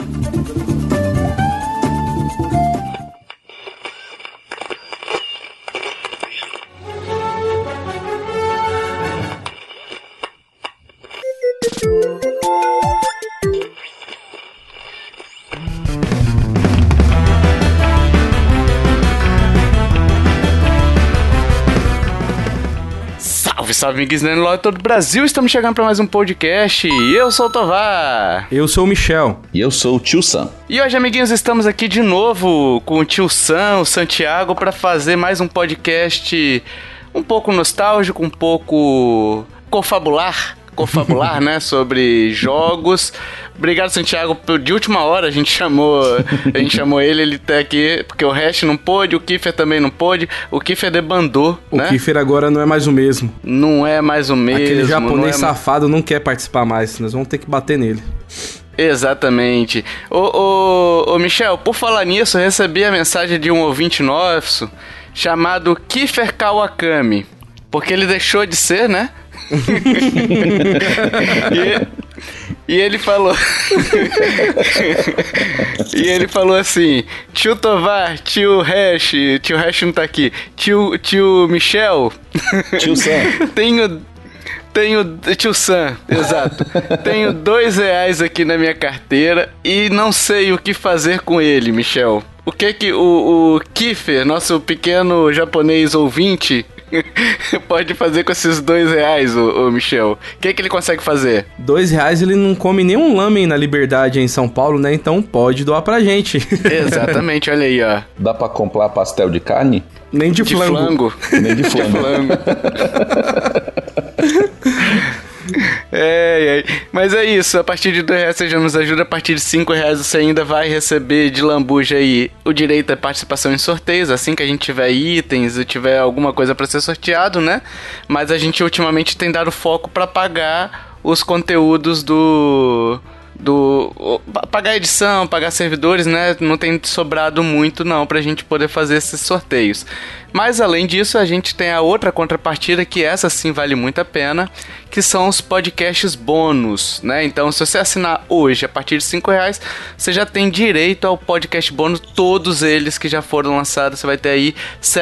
Salve, amiguinhos do Lore todo o Brasil, estamos chegando para mais um podcast. Eu sou o Tovar. Eu sou o Michel. E eu sou o Tio Sam. E hoje, amiguinhos, estamos aqui de novo com o Tio Sam, o Santiago, para fazer mais um podcast um pouco nostálgico, um pouco confabular, né, sobre jogos. Obrigado, Santiago, de última hora a gente chamou ele tá aqui, porque o Hash não pôde, o Kiefer também não pôde, o Kiefer debandou, né? O Kiefer agora não é mais o mesmo. Não é mais o mesmo. Aquele japonês safado não quer participar mais, nós vamos ter que bater nele. Exatamente. Ô Michel, por falar nisso, eu recebi a mensagem de um ouvinte nosso chamado Kiefer Kawakami, porque ele deixou de ser, né? E ele falou e ele falou assim: tio Tovar, tio Hash não tá aqui, tio Michel, tio Sam, tenho tio Sam, exato, tenho R$2 aqui na minha carteira e não sei o que fazer com ele, Michel. O que o Kiefer, nosso pequeno japonês ouvinte, pode fazer com esses R$2, o Michel? O que ele consegue fazer? R$2 ele não come nenhum lamen na Liberdade em São Paulo, né? Então pode doar pra gente. Exatamente, olha aí, ó. Dá pra comprar pastel de carne? Nem de flango. Nem de flango. Mas é isso, a partir de R$2 você já nos ajuda, a partir de R$5 você ainda vai receber de lambuja aí o direito à participação em sorteios, assim que a gente tiver itens e tiver alguma coisa pra ser sorteado, né? Mas a gente ultimamente tem dado foco pra pagar os conteúdos pagar edição, pagar servidores, né? Não tem sobrado muito não pra gente poder fazer esses sorteios. Mas além disso, a gente tem a outra contrapartida, que essa sim vale muito a pena, que são os podcasts bônus, né? Então, se você assinar hoje a partir de R$5, você já tem direito ao podcast bônus, todos eles que já foram lançados. Você vai ter aí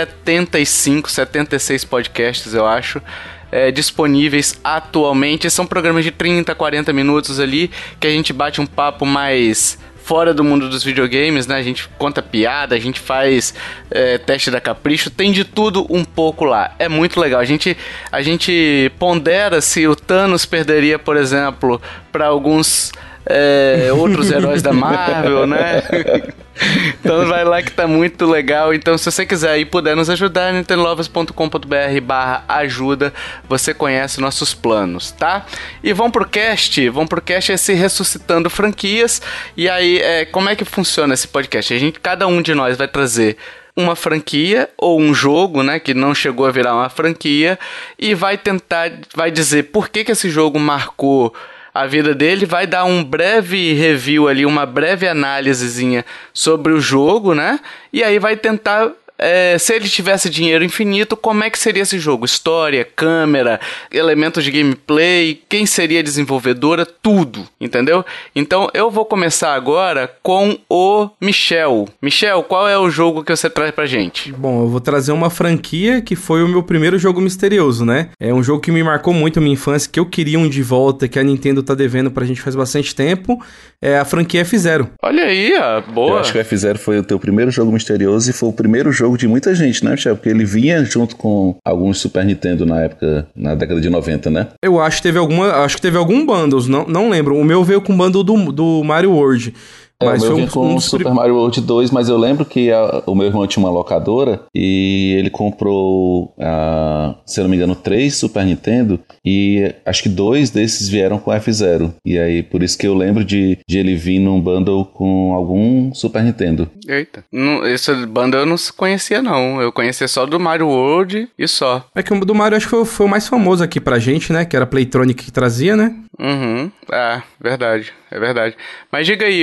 76 podcasts, eu acho, disponíveis atualmente. São programas de 30, 40 minutos ali, que a gente bate um papo mais fora do mundo dos videogames, né? A gente conta piada, a gente faz teste da Capricho, tem de tudo um pouco lá. É muito legal. A gente pondera se o Thanos perderia, por exemplo, para alguns outros heróis da Marvel, né? Então vai lá que tá muito legal. Então se você quiser e puder nos ajudar, nintendolovers.com.br/ajuda, você conhece nossos planos, tá? E vamos pro cast esse Ressuscitando Franquias. E aí, como é que funciona esse podcast? Cada um de nós vai trazer uma franquia ou um jogo, né, que não chegou a virar uma franquia, e vai dizer por que esse jogo marcou a vida dele, vai dar um breve review ali, uma breve análisezinha sobre o jogo, né? E aí vai tentar, se ele tivesse dinheiro infinito, como é que seria esse jogo? História, câmera, elementos de gameplay, quem seria a desenvolvedora, tudo, entendeu? Então eu vou começar agora com o Michel. Michel, qual é o jogo que você traz pra gente? Bom, eu vou trazer uma franquia que foi o meu primeiro jogo misterioso, né? É um jogo que me marcou muito a minha infância, que eu queria um de volta, que a Nintendo tá devendo pra gente faz bastante tempo. É a franquia F-Zero. Olha aí, ó, boa. Eu acho que o F-Zero foi o teu primeiro jogo misterioso e foi o primeiro jogo de muita gente, né, Michel? Porque ele vinha junto com alguns Super Nintendo na época, na década de 90, né? Eu acho que teve algum bundles, não lembro. O meu veio com o bundle do Mario World. Mas o meu vinha com o Super Mario World 2, mas eu lembro que o meu irmão tinha uma locadora e ele comprou, se eu não me engano, 3 Super Nintendo e acho que 2 desses vieram com F-Zero. E aí, por isso que eu lembro de ele vir num bundle com algum Super Nintendo. Eita, esse bundle eu não conhecia não, eu conhecia só do Mario World e só. É que o do Mario acho que foi o mais famoso aqui pra gente, né, que era a Playtronic que trazia, né? Uhum, verdade, é verdade. Mas diga aí, ô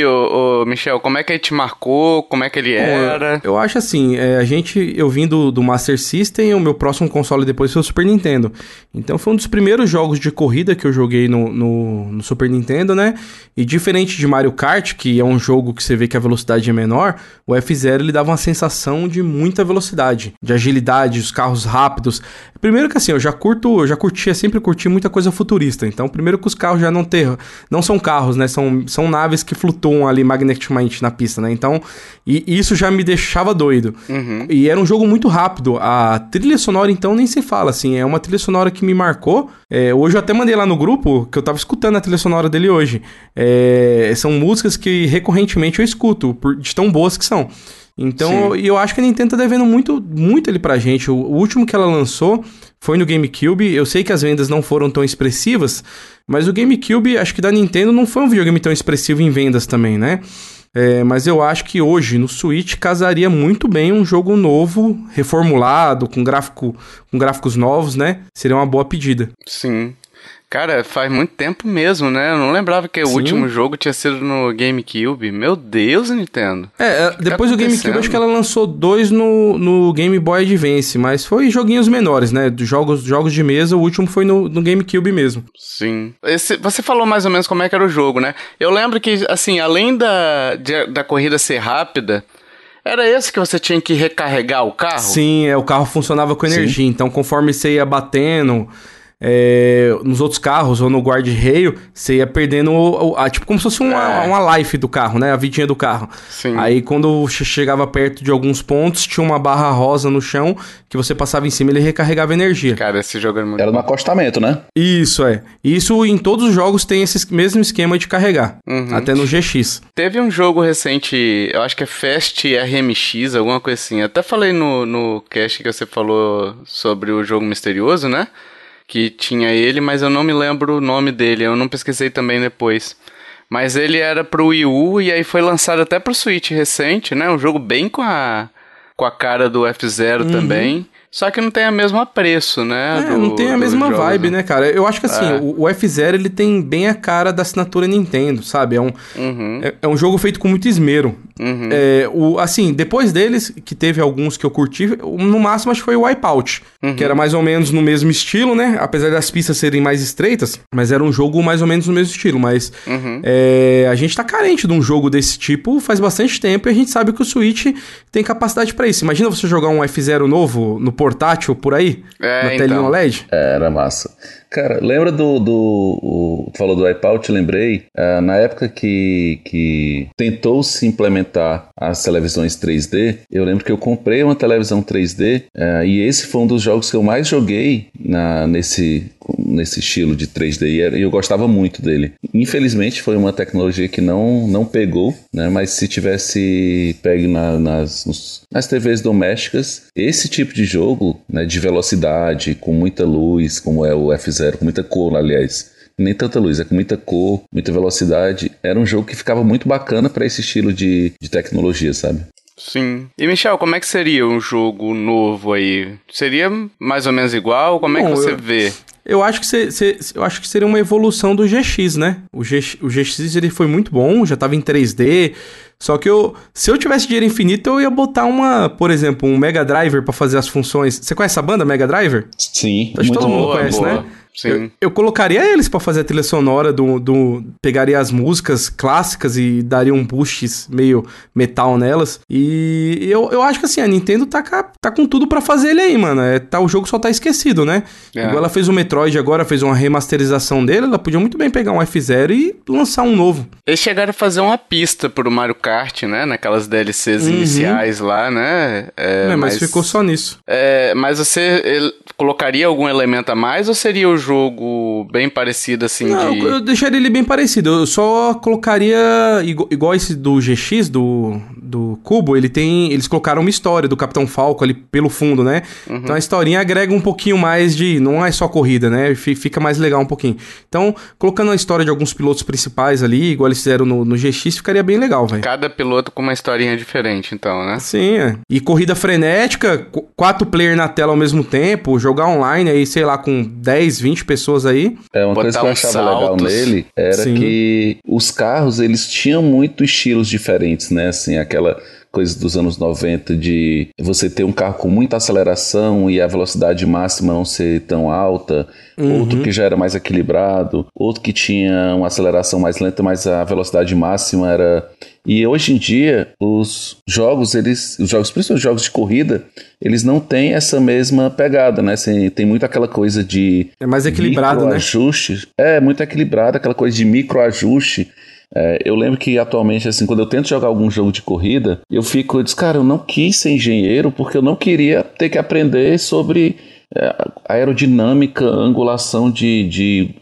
ô Michel, como é que ele te marcou? Como é que ele era? Eu acho assim, eu vim do Master System, o meu próximo console depois foi o Super Nintendo. Então foi um dos primeiros jogos de corrida que eu joguei no Super Nintendo, né? E diferente de Mario Kart, que é um jogo que você vê que a velocidade é menor, o F-Zero ele dava uma sensação de muita velocidade, de agilidade, os carros rápidos. Primeiro que assim, eu sempre curti muita coisa futurista. Então, primeiro que os carros já não são carros, né? São naves que flutuam ali magneticamente na pista, né? Então, e isso já me deixava doido. Uhum. E era um jogo muito rápido. A trilha sonora, então, nem se fala, assim. É uma trilha sonora que me marcou. Hoje eu até mandei lá no grupo, que eu tava escutando a trilha sonora dele hoje. São músicas que recorrentemente eu escuto, de tão boas que são. Então, eu acho que a Nintendo tá devendo muito, muito ele pra gente. O último que ela lançou foi no GameCube. Eu sei que as vendas não foram tão expressivas, mas o GameCube, acho que da Nintendo, não foi um videogame tão expressivo em vendas também, né? Mas eu acho que hoje, no Switch, casaria muito bem um jogo novo, reformulado, com gráficos novos, né? Seria uma boa pedida. Sim. Cara, faz muito tempo mesmo, né? Eu não lembrava que o último jogo tinha sido no GameCube. Meu Deus, Nintendo. Depois do GameCube, acho que ela lançou 2 no Game Boy Advance, mas foi joguinhos menores, né? Jogos de mesa, o último foi no GameCube mesmo. Sim. Você falou mais ou menos como é que era o jogo, né? Eu lembro que, assim, além da corrida ser rápida, era esse que você tinha que recarregar o carro? Sim, o carro funcionava com energia, então conforme você ia batendo... nos outros carros ou no guarda-reio, você ia perdendo tipo como se fosse uma life do carro, né? A vidinha do carro. Sim. Aí quando chegava perto de alguns pontos, tinha uma barra rosa no chão que você passava em cima e ele recarregava energia. Cara, esse jogo era muito Era no acostamento, né? Isso, Isso em todos os jogos tem esse mesmo esquema de carregar. Até no GX. Teve um jogo recente, eu acho que é Fast RMX, alguma coisa assim. Até falei no cast que você falou sobre o jogo misterioso, né? Que tinha ele, mas eu não me lembro o nome dele, eu não pesquisei também depois. Mas ele era pro Wii U e aí foi lançado até pro Switch recente, né? Um jogo bem com a cara do F-Zero também. Só que não tem a mesmo preço, né? Não tem a mesma vibe, né, cara? Eu acho que assim, o F-Zero ele tem bem a cara da assinatura Nintendo, sabe? É um jogo feito com muito esmero. Assim, depois deles, que teve alguns que eu curti, no máximo acho que foi o Wipeout, que era mais ou menos no mesmo estilo, né? Apesar das pistas serem mais estreitas, mas era um jogo mais ou menos no mesmo estilo. Mas a gente tá carente de um jogo desse tipo faz bastante tempo e a gente sabe que o Switch tem capacidade pra isso. Imagina você jogar um F-Zero novo no portátil por aí, na telinha OLED. Era massa. Cara, lembra tu falou do Wipeout, lembrei, na época que tentou-se implementar as televisões 3D, eu lembro que eu comprei uma televisão 3D e esse foi um dos jogos que eu mais joguei nesse estilo de 3D e eu gostava muito dele. Infelizmente foi uma tecnologia que não pegou, né? Mas se tivesse pego nas TVs domésticas, esse tipo de jogo, né, de velocidade, com muita luz, como é o F-Zero, com muita cor, aliás, nem tanta luz, com muita cor, muita velocidade, era um jogo que ficava muito bacana para esse estilo de tecnologia, sabe? Sim. E, Michel, como é que seria um jogo novo aí? Seria mais ou menos igual? Como é que você vê? Eu acho que seria uma evolução do GX, né? O GX ele foi muito bom, já tava em 3D. Só que se eu tivesse dinheiro infinito, eu ia botar por exemplo, um Mega Driver pra fazer as funções. Você conhece a banda Mega Driver? Sim. Acho que todo mundo conhece, né? Sim. Eu colocaria eles pra fazer a trilha sonora pegaria as músicas clássicas e daria um boost meio metal nelas. E eu acho que assim, a Nintendo tá com tudo pra fazer ele aí, mano. O jogo só tá esquecido, né? Igual ela fez o Metroid agora, fez uma remasterização dele, ela podia muito bem pegar um F-Zero e lançar um novo. Eles chegaram a fazer uma pista pro Mario Kart, né? Naquelas DLCs iniciais lá, né? Mas ficou só nisso. Mas você colocaria algum elemento a mais ou seria o jogo bem parecido assim? Eu deixaria ele bem parecido. Eu só colocaria igual esse do GX, do do Cubo, eles colocaram uma história do Capitão Falco ali pelo fundo, né? Uhum. Então a historinha agrega um pouquinho mais de... Não é só corrida, né? Fica mais legal um pouquinho. Então, colocando a história de alguns pilotos principais ali, igual eles fizeram no GX, ficaria bem legal, velho. Cada piloto com uma historinha diferente, então, né? Sim, é. E corrida frenética, 4 players na tela ao mesmo tempo, jogar online aí, sei lá, com 10, 20 pessoas aí. Uma coisa que eu achava legal nele era que os carros, eles tinham muito estilos diferentes, né? Assim, aquela coisa dos anos 90 de você ter um carro com muita aceleração e a velocidade máxima não ser tão alta, outro que já era mais equilibrado, outro que tinha uma aceleração mais lenta, mas a velocidade máxima era... E hoje em dia, os jogos, principalmente os jogos de corrida, eles não têm essa mesma pegada, né? Assim, tem muito aquela coisa de... É mais equilibrado, né? Microajuste. É, muito equilibrado, aquela coisa de microajuste. Eu lembro que atualmente, assim, quando eu tento jogar algum jogo de corrida, eu digo, cara, eu não quis ser engenheiro porque eu não queria ter que aprender sobre aerodinâmica, angulação de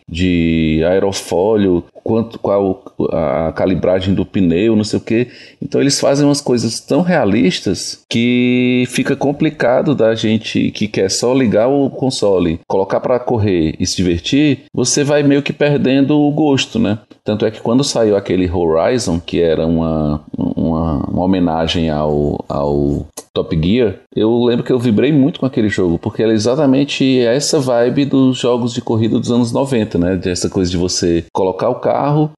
aerofólio, qual a calibragem do pneu, não sei o quê. Então eles fazem umas coisas tão realistas que fica complicado da gente que quer só ligar o console, colocar para correr e se divertir, você vai meio que perdendo o gosto, né? Tanto é que quando saiu aquele Horizon, que era uma homenagem ao Top Gear, eu lembro que eu vibrei muito com aquele jogo, porque era exatamente essa vibe dos jogos de corrida dos anos 90, né? Dessa coisa de você colocar o carro,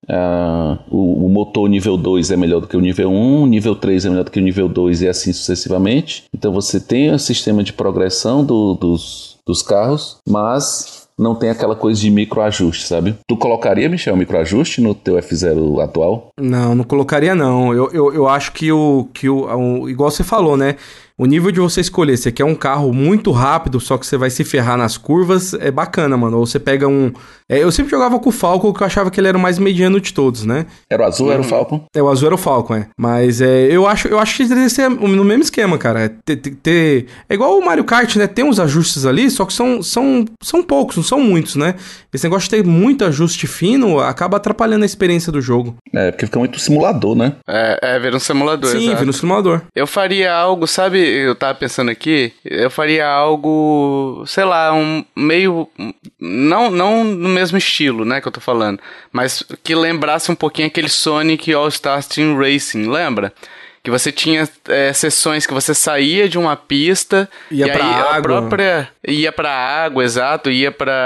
o motor nível 2 é melhor do que o nível 1, o nível 3 é melhor do que o nível 2 e assim sucessivamente. Então você tem um sistema de progressão dos carros, mas não tem aquela coisa de microajuste, sabe? Tu colocaria, Michel, microajuste no teu F0 atual? Não colocaria não. Eu acho que igual você falou, né? O nível de você escolher, você quer um carro muito rápido, só que você vai se ferrar nas curvas, é bacana, mano. Ou você pega um... eu sempre jogava com o Falcon, que eu achava que ele era o mais mediano de todos, né? Era o azul, era o Falcon? O azul era o Falcon, é. Mas eu acho que deveria ser no mesmo esquema, cara. É igual o Mario Kart, né? Tem uns ajustes ali, só que são poucos, não são muitos, né? Esse negócio de ter muito ajuste fino acaba atrapalhando a experiência do jogo. Porque fica muito simulador, né? Vira um simulador, sim, exato. Vira um simulador. Eu faria algo, sabe... Eu tava pensando aqui, eu faria algo, sei lá, um meio... Não no mesmo estilo, né, que eu tô falando, mas que lembrasse um pouquinho aquele Sonic All-Star Team Racing, lembra? Que você tinha sessões que você saía de uma pista ia pra água. Ia pra água, exato, ia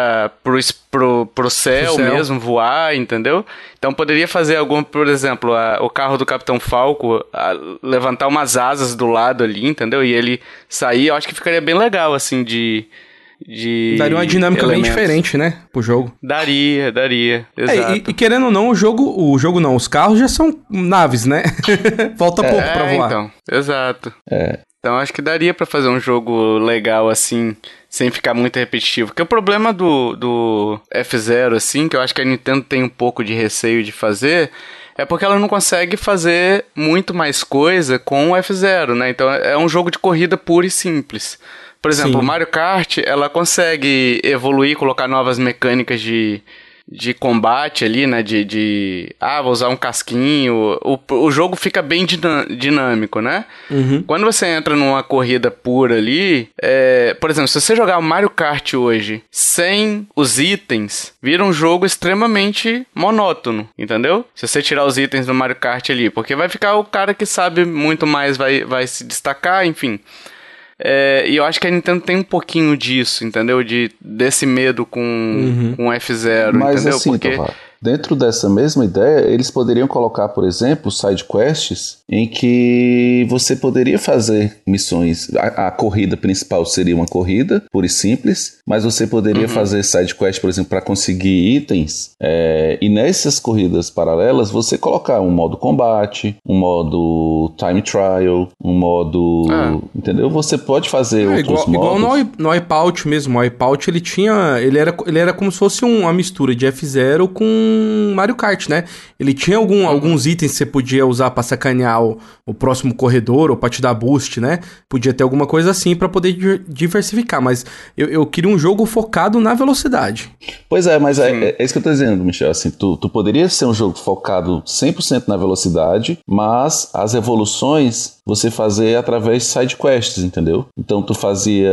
pro céu mesmo, voar, entendeu? Então poderia fazer por exemplo, o carro do Capitão Falco, levantar umas asas do lado ali, entendeu? E ele sair, eu acho que ficaria bem legal, assim, daria uma dinâmica bem diferente, né, pro jogo. Daria, exato. E querendo ou não, o jogo não, os carros já são naves, né? Falta pouco pra voar. Então, exato. Então acho que daria pra fazer um jogo legal assim, sem ficar muito repetitivo. Porque o problema do F0, assim, que eu acho que a Nintendo tem um pouco de receio de fazer, é porque ela não consegue fazer muito mais coisa com o F0, né? Então é um jogo de corrida pura e simples. Por exemplo, o Mario Kart, ela consegue evoluir, colocar novas mecânicas de combate ali, né? Vou usar um casquinho. O jogo fica bem dinâmico, né? Uhum. Quando você entra numa corrida pura ali, por exemplo, se você jogar o Mario Kart hoje sem os itens, vira um jogo extremamente monótono, entendeu? Se você tirar os itens do Mario Kart ali, porque vai ficar o cara que sabe muito mais, vai se destacar, enfim... e eu acho que a Nintendo tem um pouquinho disso, entendeu? Desse medo com F0, mas entendeu? Assim, porque... Dentro dessa mesma ideia, eles poderiam colocar, por exemplo, side quests em que você poderia fazer missões. A corrida principal seria uma corrida, pura e simples, mas você poderia fazer side quest, por exemplo, para conseguir itens. E nessas corridas paralelas, você colocar um modo combate, um modo time trial, um modo... Entendeu? Você pode fazer outros modos. Igual no Wipeout mesmo. O Wipeout, ele era como se fosse uma mistura de F0 com um Mario Kart, né? Ele tinha alguns itens que você podia usar pra sacanear o próximo corredor ou pra te dar boost, né? Podia ter alguma coisa assim pra poder diversificar, mas eu queria um jogo focado na velocidade. Pois é, mas é isso que eu tô dizendo, Michel, assim, tu poderia ser um jogo focado 100% na velocidade, mas as evoluções você fazer através de side quests, entendeu? Então tu fazia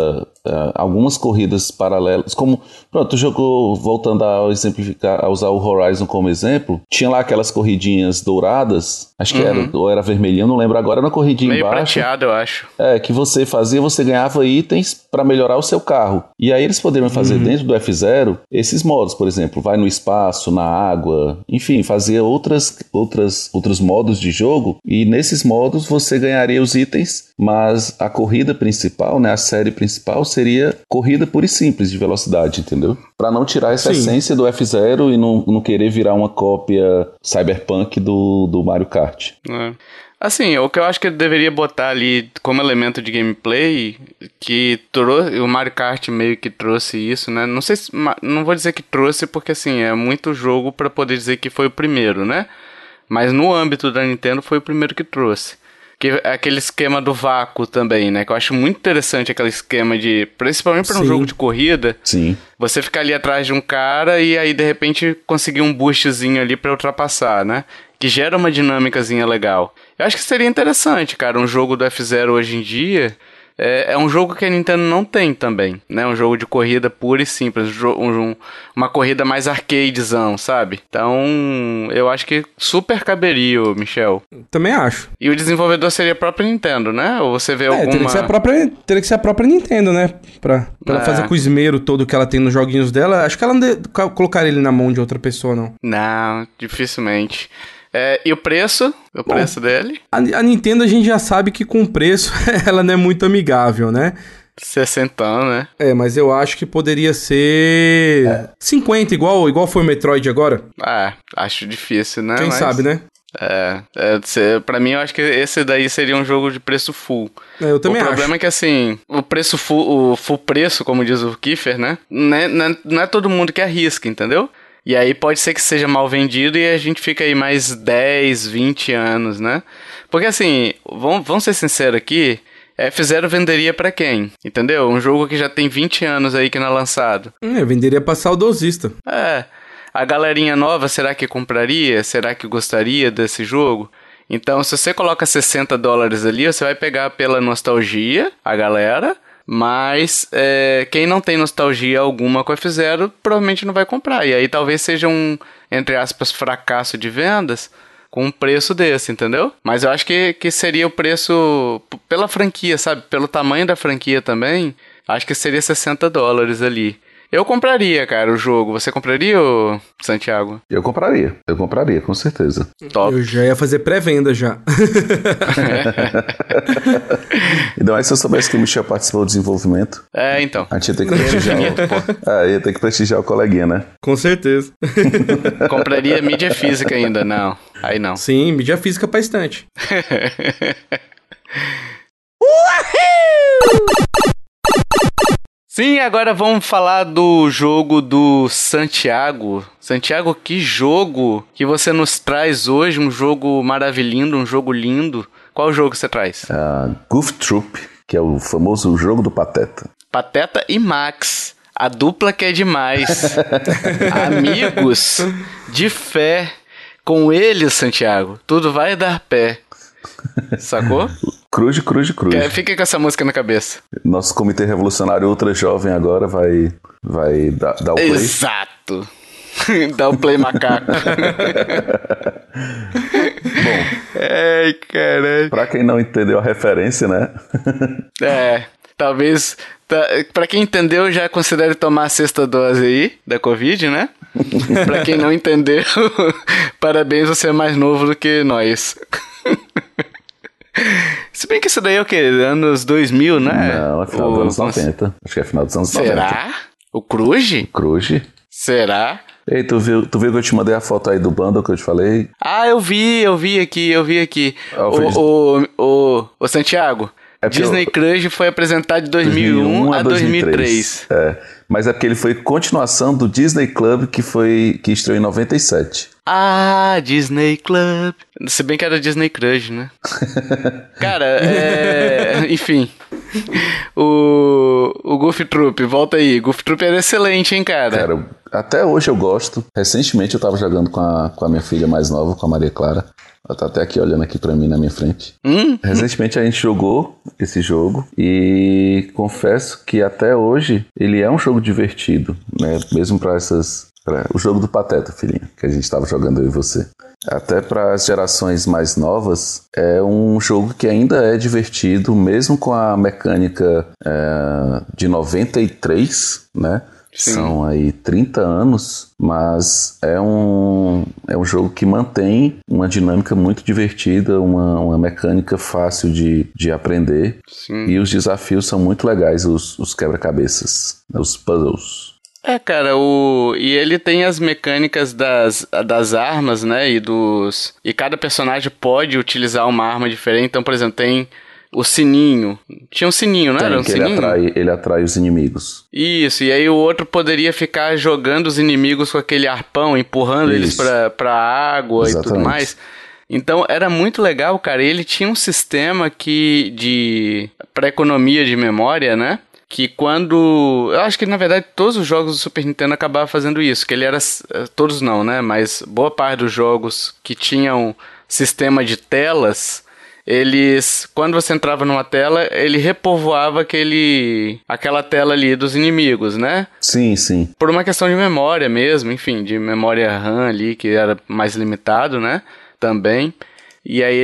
algumas corridas paralelas, como, pronto, tu jogou, voltando a exemplificar, a usar o Horizon como exemplo, tinha lá aquelas corridinhas douradas, acho que era vermelhinho, não lembro agora, era uma corridinha meio embaixo. Prateado, eu acho. Que você fazia, você ganhava itens para melhorar o seu carro. E aí eles poderiam fazer dentro do F-Zero esses modos, por exemplo, vai no espaço, na água, enfim, fazia outros modos de jogo, e nesses modos você ganharia os itens, mas a corrida principal, né, a série principal seria corrida pura e simples de velocidade, entendeu? Para não tirar essa essência do F-Zero e não querer virar uma cópia cyberpunk do Mario Kart. Assim, o que eu acho que ele deveria botar ali como elemento de gameplay, que o Mario Kart meio que trouxe isso, né? Não sei não vou dizer que trouxe, porque assim, é muito jogo pra poder dizer que foi o primeiro, né? Mas no âmbito da Nintendo foi o primeiro que trouxe. Que é aquele esquema do vácuo também, né? Que eu acho muito interessante aquele esquema de... Principalmente para um jogo de corrida. Sim. Você ficar ali atrás de um cara e aí, de repente, conseguir um boostzinho ali para ultrapassar, né? Que gera uma dinâmicazinha legal. Eu acho que seria interessante, cara, um jogo do F-Zero hoje em dia... É um jogo que a Nintendo não tem também, né? Um jogo de corrida pura e simples, uma corrida mais arcadezão, sabe? Então, eu acho que super caberia, Michel. Também acho. E o desenvolvedor seria a própria Nintendo, né? Ou você vê alguma... Teria que ser a própria Nintendo, né? Pra ela fazer com o esmero todo que ela tem nos joguinhos dela. Acho que ela não colocaria ele na mão de outra pessoa, não. Não, dificilmente. E o preço? O preço dele? A Nintendo a gente já sabe que com o preço ela não é muito amigável, né? 60, né? Mas eu acho que poderia ser 50, igual foi o Metroid agora. Acho difícil, né? Quem sabe, né? Pra mim eu acho que esse daí seria um jogo de preço full. Eu também acho. O problema é que assim, o preço full, o full preço, como diz o Kiefer, né? Não é todo mundo que arrisca, entendeu? E aí pode ser que seja mal vendido e a gente fica aí mais 10, 20 anos, né? Porque assim, vamos ser sinceros aqui, F-Zero venderia pra quem? Entendeu? Um jogo que já tem 20 anos aí que não é lançado. Venderia pra saudosista. A galerinha nova, será que compraria? Será que gostaria desse jogo? Então, se você coloca $60 ali, você vai pegar pela nostalgia a galera... Mas quem não tem nostalgia alguma com F-Zero provavelmente não vai comprar. E aí talvez seja um, entre aspas, fracasso de vendas com um preço desse, entendeu? Mas eu acho que seria o preço pela franquia, sabe? Pelo tamanho da franquia também, acho que seria $60 ali. Eu compraria, cara, o jogo. Você compraria, Santiago? Eu compraria, com certeza. Top. Eu já ia fazer pré-venda já. Ainda mais se eu soubesse que o Michel participou do desenvolvimento. Então. A gente ia ter que prestigiar o coleguinha, né? Com certeza. Compraria mídia física ainda, não. Aí não. Sim, mídia física pra estante. Sim, agora vamos falar do jogo do Santiago. Santiago, que jogo que você nos traz hoje? Um jogo maravilhoso, um jogo lindo. Qual jogo você traz? Goof Troop, que é o famoso jogo do Pateta. Pateta e Max, a dupla que é demais. Amigos de fé. Com eles, Santiago, tudo vai dar pé. Sacou? Cruz. Fica com essa música na cabeça. Nosso comitê revolucionário ultra jovem agora vai dar o play. Exato. Dá o play macaco. Bom. Ai, caralho. Pra quem não entendeu a referência, né? Talvez... Pra quem entendeu, já considere tomar a 6ª dose aí da Covid, né? Pra quem não entendeu, parabéns, você é mais novo do que nós. Se bem que isso daí é o quê? Anos 2000, né? Não, é final dos anos 90. Acho que é final dos anos 90. Será? O Cruz? Cruz. Será? Ei, tu viu que eu te mandei a foto aí do bundle que eu te falei? Eu vi aqui. O Santiago, Disney Crush foi apresentado de 2001 a 2003. Mas é porque ele foi continuação do Disney Club que estreou em 97. Ah, Disney Club. Se bem que era Disney Crush, né? Cara, enfim. O Goof Troop, volta aí. Goof Troop era excelente, hein, cara? Cara, até hoje eu gosto. Recentemente eu tava jogando com a minha filha mais nova, com a Maria Clara. Ela tá até aqui olhando aqui pra mim na minha frente. Recentemente a gente jogou esse jogo e confesso que até hoje ele é um jogo divertido, né? Mesmo pra o jogo do Pateta, filhinha, que a gente tava jogando eu e você. Até para as gerações mais novas, é um jogo que ainda é divertido, mesmo com a mecânica de 93, né? Sim. São aí 30 anos, mas é um jogo que mantém uma dinâmica muito divertida, uma mecânica fácil de aprender. Sim. E os desafios são muito legais, os quebra-cabeças, os puzzles. Cara, e ele tem as mecânicas das armas, né, e cada personagem pode utilizar uma arma diferente. Então, por exemplo, tem o sininho. Tinha um sininho, não era um sininho? Ele atrai os inimigos. Isso, e aí o outro poderia ficar jogando os inimigos com aquele arpão, empurrando eles pra água. Exatamente. E tudo mais. Então, era muito legal, cara. Ele tinha um sistema pra economia de memória, né? Que quando... Eu acho que, na verdade, todos os jogos do Super Nintendo acabavam fazendo isso. Que ele era... Todos não, né? Mas boa parte dos jogos que tinham sistema de telas, eles... Quando você entrava numa tela, ele repovoava aquela tela ali dos inimigos, né? Sim, sim. Por uma questão de memória mesmo, enfim, de memória RAM ali, que era mais limitado, né? Também... E aí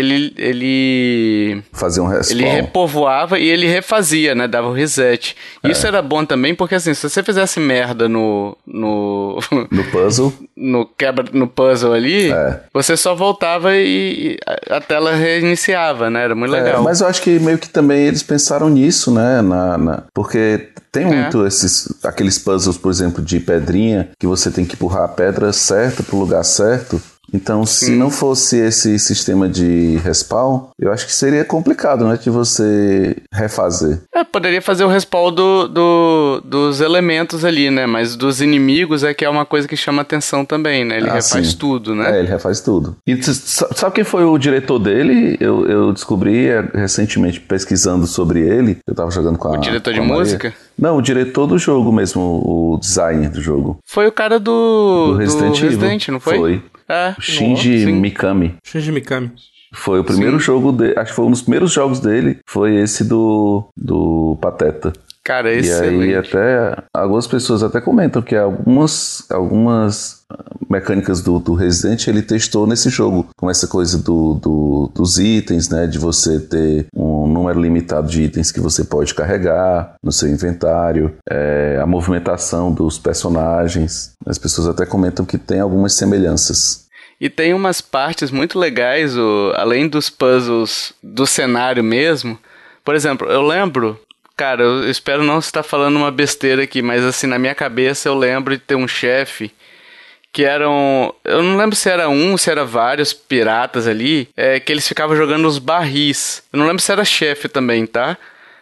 ele fazia um respawn. Ele repovoava e ele refazia, né? Dava o reset. Isso era bom também, porque assim, se você fizesse merda no puzzle, no puzzle ali, você só voltava e a tela reiniciava, né? Era muito legal. Mas eu acho que meio que também eles pensaram nisso, né? Porque tem muito aqueles puzzles, por exemplo, de pedrinha, que você tem que empurrar a pedra certa pro lugar certo. Então, se não fosse esse sistema de respawn, eu acho que seria complicado, né, de você refazer. Poderia fazer o respawn dos elementos ali, né, mas dos inimigos é que é uma coisa que chama atenção também, né, ele refaz tudo, né. Ele refaz tudo. E sabe quem foi o diretor dele? Eu descobri recentemente pesquisando sobre ele, eu tava jogando com o diretor de música? Não, o diretor do jogo mesmo, o designer do jogo. Foi o cara do Resident Evil, não foi? Foi. Shinji Mikami. Shinji Mikami. Foi o primeiro jogo dele, acho que foi um dos primeiros jogos dele, foi esse do Pateta. Cara, excelente. E aí até algumas pessoas até comentam que algumas mecânicas do Resident ele testou nesse jogo, como essa coisa dos itens, né, de você ter um número limitado de itens que você pode carregar no seu inventário, a movimentação dos personagens. As pessoas até comentam que tem algumas semelhanças. E tem umas partes muito legais, além dos puzzles do cenário mesmo. Por exemplo, eu lembro... Cara, eu espero não estar falando uma besteira aqui, mas assim, na minha cabeça eu lembro de ter um chefe que eram... Eu não lembro se era se era vários piratas ali, que eles ficavam jogando os barris. Eu não lembro se era chefe também, tá?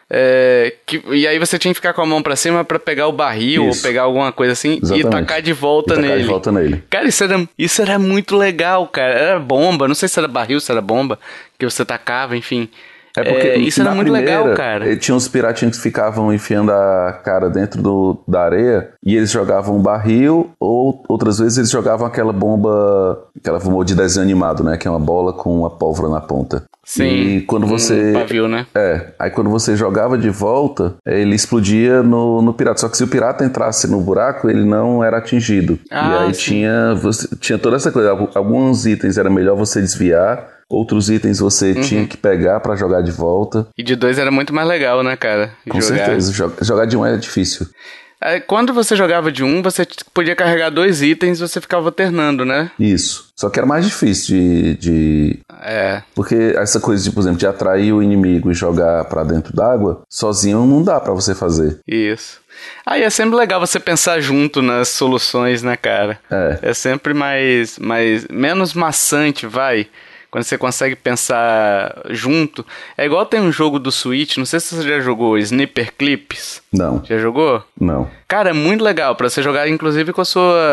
E aí você tinha que ficar com a mão pra cima pra pegar o barril ou pegar alguma coisa assim. Exatamente. E tacar de volta nele. Cara, isso era muito legal, cara. Era bomba, não sei se era barril, se era bomba, que você tacava, enfim... porque isso era muito legal, cara. Tinha uns piratinhos que ficavam enfiando a cara dentro da areia e eles jogavam um barril, ou outras vezes eles jogavam aquela bomba de desenho animado, né? Que é uma bola com uma pólvora na ponta. Sim, e quando você... pavio, né? Aí quando você jogava de volta, ele explodia no pirata. Só que se o pirata entrasse no buraco, ele não era atingido. E aí tinha toda essa coisa. Alguns itens era melhor você desviar, outros itens você tinha que pegar pra jogar de volta. E de 2 era muito mais legal, né, cara? Com certeza. Jogar de 1 era difícil. Quando você jogava de 1, você podia carregar 2 itens e você ficava alternando, né? Isso. Só que era mais difícil Porque essa coisa, por exemplo, de atrair o inimigo e jogar pra dentro d'água, sozinho não dá pra você fazer. Isso. E é sempre legal você pensar junto nas soluções, né, cara? É sempre menos maçante, vai. Quando você consegue pensar junto. É igual tem um jogo do Switch, não sei se você já jogou, Sniper Clips. Não. Já jogou? Não. Cara, é muito legal pra você jogar, inclusive com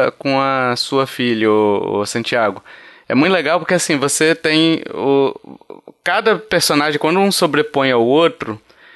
a sua filha, o Santiago. É muito legal porque assim, você tem cada personagem, quando um sobrepõe ao outro,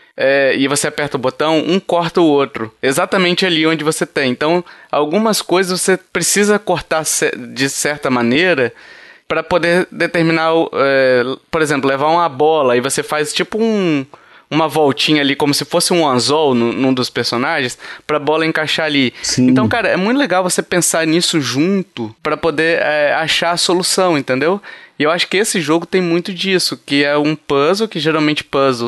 e você aperta o botão, um corta o outro, exatamente ali onde você tem. Então, algumas coisas você precisa cortar de certa maneira para poder determinar, por exemplo, levar uma bola e você faz tipo uma voltinha ali, como se fosse um anzol num dos personagens, pra bola encaixar ali. Sim. Então, cara, é muito legal você pensar nisso junto pra poder achar a solução, entendeu? E eu acho que esse jogo tem muito disso, que é um puzzle, que geralmente puzzles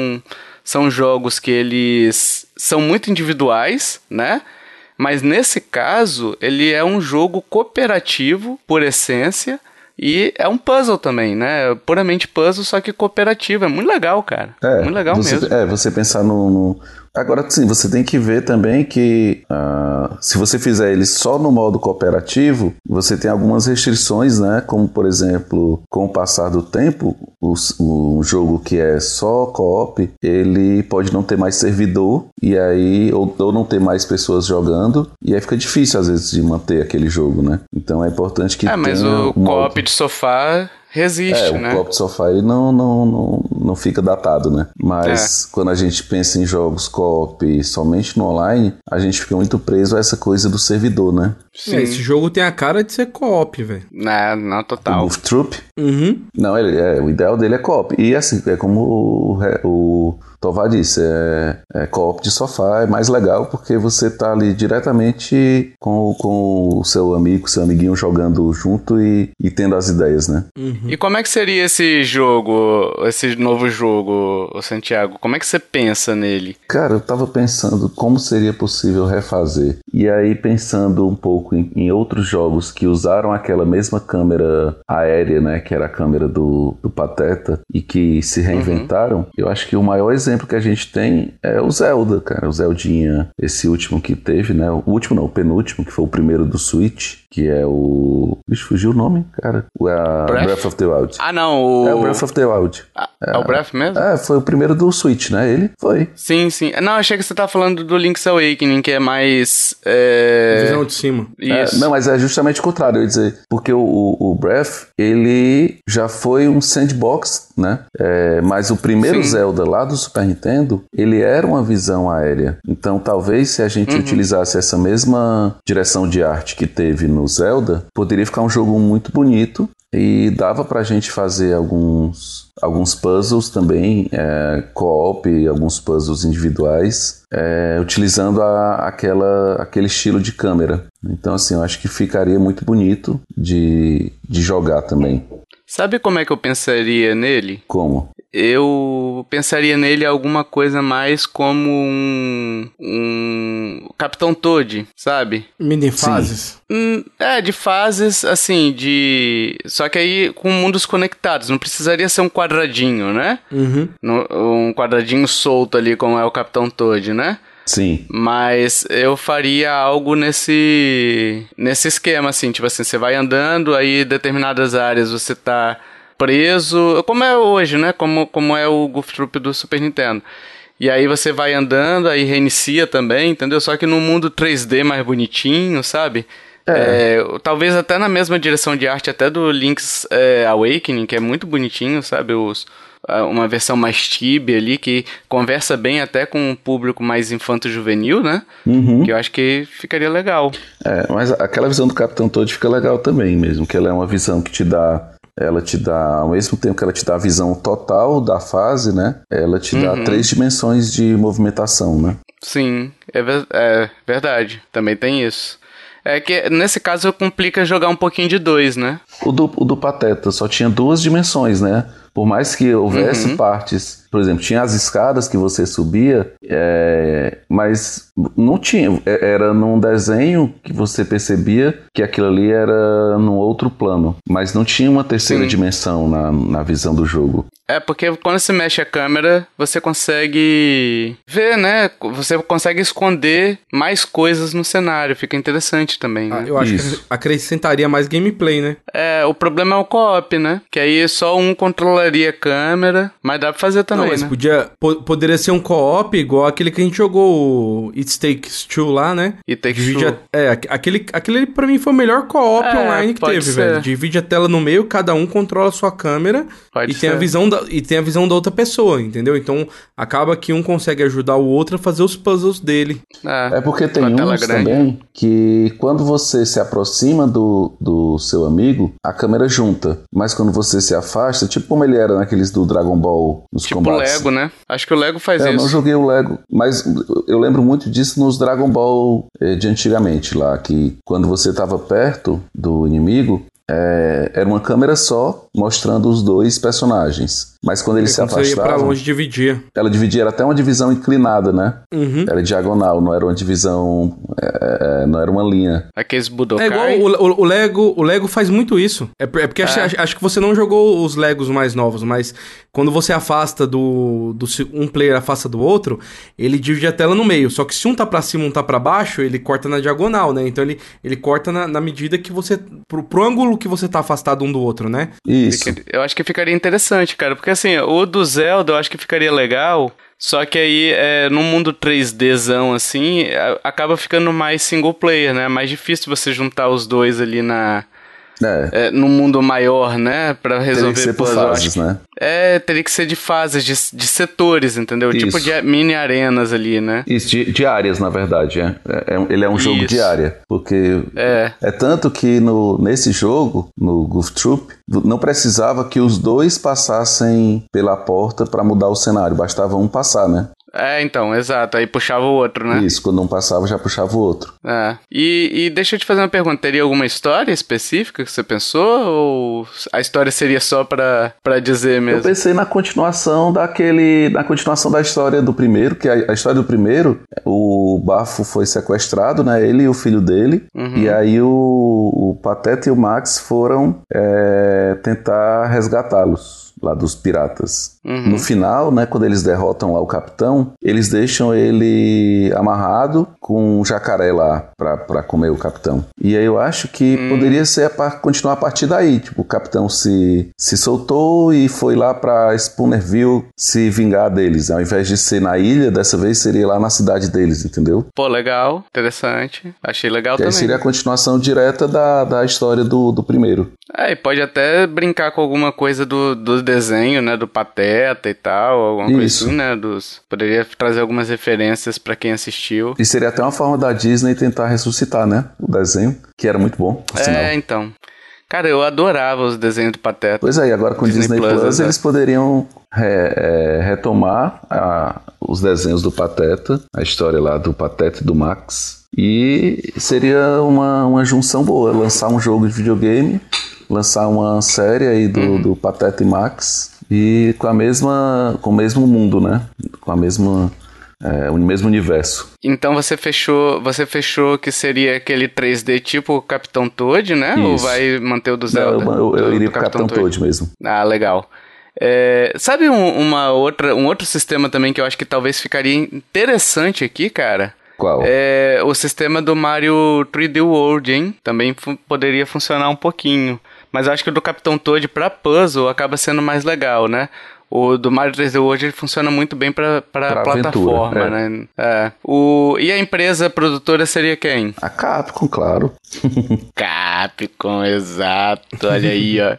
são jogos que eles são muito individuais, né? Mas nesse caso, ele é um jogo cooperativo, por essência, e é um puzzle também, né? Puramente puzzle, só que cooperativo. É muito legal, cara. Muito legal mesmo. Você pensar no... Agora, sim, você tem que ver também que se você fizer ele só no modo cooperativo, você tem algumas restrições, né? Como, por exemplo, com o passar do tempo, o jogo que é só co-op, ele pode não ter mais servidor, e aí, ou não ter mais pessoas jogando, e aí fica difícil, às vezes, de manter aquele jogo, né? Então é importante que tenha... mas o co-op de sofá... resiste, né? O co-op de sofá ele não fica datado, né? Mas quando a gente pensa em jogos co-op somente no online, a gente fica muito preso a essa coisa do servidor, né? Sim. Esse jogo tem a cara de ser co-op, velho. Não, total. O Goof Troop? Uhum. Não, o ideal dele é co-op. E assim, é como o Tovar disse, é co-op de sofá, é mais legal porque você tá ali diretamente com o seu amigo, seu amiguinho jogando junto e tendo as ideias, né? Uhum. E como é que seria esse jogo, esse novo jogo, Santiago? Como é que você pensa nele? Cara, eu tava pensando como seria possível refazer. E aí, pensando um pouco em outros jogos que usaram aquela mesma câmera aérea, né? Que era a câmera do Pateta, e que se reinventaram, eu acho que o maior exemplo que a gente tem é o Zelda, cara. O Zeldinha, esse último que teve, né? O último não, o penúltimo, que foi o primeiro do Switch, que é o... Bicho, fugiu o nome, cara. Breath of the Wild. Ah, não, É o Breath of the Wild. É o Breath mesmo? Foi o primeiro do Switch, né? Ele foi. Sim. Não, achei que você tava falando do Link's Awakening, que é mais... Visão de cima. Isso. Não, mas é justamente o contrário, eu ia dizer. Porque o Breath, ele já foi um sandbox, né? Mas o primeiro Zelda lá do Super Nintendo, ele era uma visão aérea. Então, talvez, se a gente utilizasse essa mesma direção de arte que teve no Zelda, poderia ficar um jogo muito bonito. E dava pra gente fazer alguns puzzles também, co-op, alguns puzzles individuais, utilizando aquele estilo de câmera. Então, assim, eu acho que ficaria muito bonito de jogar também. Sabe como é que eu pensaria nele? Como? Eu pensaria nele alguma coisa mais como um Capitão Toad, sabe? Mini fases? De fases, assim, só que aí com mundos conectados, não precisaria ser um quadradinho, né? Uhum. Um quadradinho solto ali, como é o Capitão Toad, né? Sim. Mas eu faria algo nesse esquema, assim, tipo assim, você vai andando, aí determinadas áreas você tá preso, como é hoje, né? Como é o Goof Troop do Super Nintendo. E aí você vai andando, aí reinicia também, entendeu? Só que num mundo 3D mais bonitinho, sabe? Talvez até na mesma direção de arte até do Link's Awakening, que é muito bonitinho, sabe? Uma versão mais chibi ali, que conversa bem até com um público mais infanto-juvenil, né? Uhum. Que eu acho que ficaria legal. Mas aquela visão do Capitão Toad fica legal também mesmo, que ela é uma visão que ela te dá, ao mesmo tempo que ela te dá a visão total da fase, né? Ela te dá 3 dimensões de movimentação, né? Sim, é verdade. Também tem isso. É que nesse caso complica jogar um pouquinho de 2, né? O do Pateta só tinha 2 dimensões, né? Por mais que houvesse partes, por exemplo, tinha as escadas que você subia, mas não tinha, era num desenho que você percebia que aquilo ali era num outro plano, mas não tinha uma terceira dimensão na visão do jogo. Porque quando você mexe a câmera, você consegue ver, né? Você consegue esconder mais coisas no cenário. Fica interessante também, né? Eu acho que acrescentaria mais gameplay, né? O problema é o co-op, né? Que aí só um controlaria a câmera, mas dá pra fazer também, mas né? poderia ser um co-op igual aquele que a gente jogou, o It Takes Two lá, né? It Takes Two. Aquele pra mim foi o melhor co-op online que teve, velho. Divide a tela no meio, cada um controla a sua câmera tem a visão da outra pessoa, entendeu? Então, acaba que um consegue ajudar o outro a fazer os puzzles dele. Porque tem uns também que quando você se aproxima do seu amigo, a câmera junta. Mas quando você se afasta, tipo como ele era naqueles do Dragon Ball nos combates. Tipo o Lego, né? Acho que o Lego faz isso. Eu não joguei o Lego, mas eu lembro muito disso nos Dragon Ball de antigamente lá, que quando você estava perto do inimigo, era uma câmera só mostrando os dois personagens. Mas quando eles se afastavam... Você ia pra longe, dividia. Ela dividia, era até uma divisão inclinada, né? Era diagonal, não era uma divisão... não era uma linha. Aqueles Budokai. É igual o Lego faz muito isso. Porque acho que você não jogou os Legos mais novos, mas quando você afasta um player afasta do outro, ele divide a tela no meio. Só que se um tá pra cima e um tá pra baixo, ele corta na diagonal, né? Então ele corta na medida que você... Pro ângulo que você tá afastado um do outro, né? Isso. Eu acho que ficaria interessante, cara. Porque assim, o do Zelda eu acho que ficaria legal. Só que aí, num mundo 3Dzão assim, acaba ficando mais single player, né? É mais difícil você juntar os dois ali num mundo maior, né? Pra resolver teria que ser por fases, né? Teria que ser de fases, de setores, entendeu? Isso. Tipo de mini arenas ali, né? Isso, de áreas, na verdade. Ele é um jogo de área. Porque é tanto que nesse jogo, no Goof Troop, não precisava que os dois passassem pela porta pra mudar o cenário. Bastava um passar, né? Então, exato. Aí puxava o outro, né? Isso, quando um passava, já puxava o outro. E deixa eu te fazer uma pergunta. Teria alguma história específica que você pensou? Ou a história seria só pra dizer mesmo? Eu pensei na continuação da história do primeiro, que a história do primeiro, o Bafo foi sequestrado, né? Ele e o filho dele. E aí o Pateta e o Max foram tentar resgatá-los lá dos piratas. No final, né, quando eles derrotam lá o capitão, eles deixam ele amarrado com um jacaré lá pra comer o capitão. E aí eu acho que poderia ser continuar a partir daí. Tipo, o capitão se soltou e foi lá pra Spoonerville se vingar deles. Ao invés de ser na ilha, dessa vez seria lá na cidade deles, entendeu? Pô, legal, interessante. Achei legal também. Seria a continuação direta da história do primeiro. E pode até brincar com alguma coisa do desenho, né, do Pateta e tal, alguma coisa assim, né, poderia trazer algumas referências pra quem assistiu. E seria até uma forma da Disney tentar ressuscitar, né, o desenho, que era muito bom, por sinal. Então. Cara, eu adorava os desenhos do Pateta. Pois é, e agora com o Disney Plus eles poderiam retomar os desenhos do Pateta, a história lá do Pateta e do Max, e seria uma junção boa, lançar um jogo de videogame, lançar uma série aí do Pateta e Max, e com o mesmo mundo, né? Com a mesma... o mesmo universo. Então você fechou que seria aquele 3D tipo o Capitão Toad, né? Isso. Ou vai manter o do Zelda? Não, eu iria pro Capitão Toad mesmo. Legal. Sabe um outro sistema também que eu acho que talvez ficaria interessante aqui, cara? Qual? O sistema do Mario 3D World, hein? Também poderia funcionar um pouquinho. Mas eu acho que o do Capitão Toad pra puzzle acaba sendo mais legal, né? O do Mario 3D World ele funciona muito bem pra plataforma, aventura, né? E a empresa produtora seria quem? A Capcom, claro. Capcom, exato. Olha aí, ó.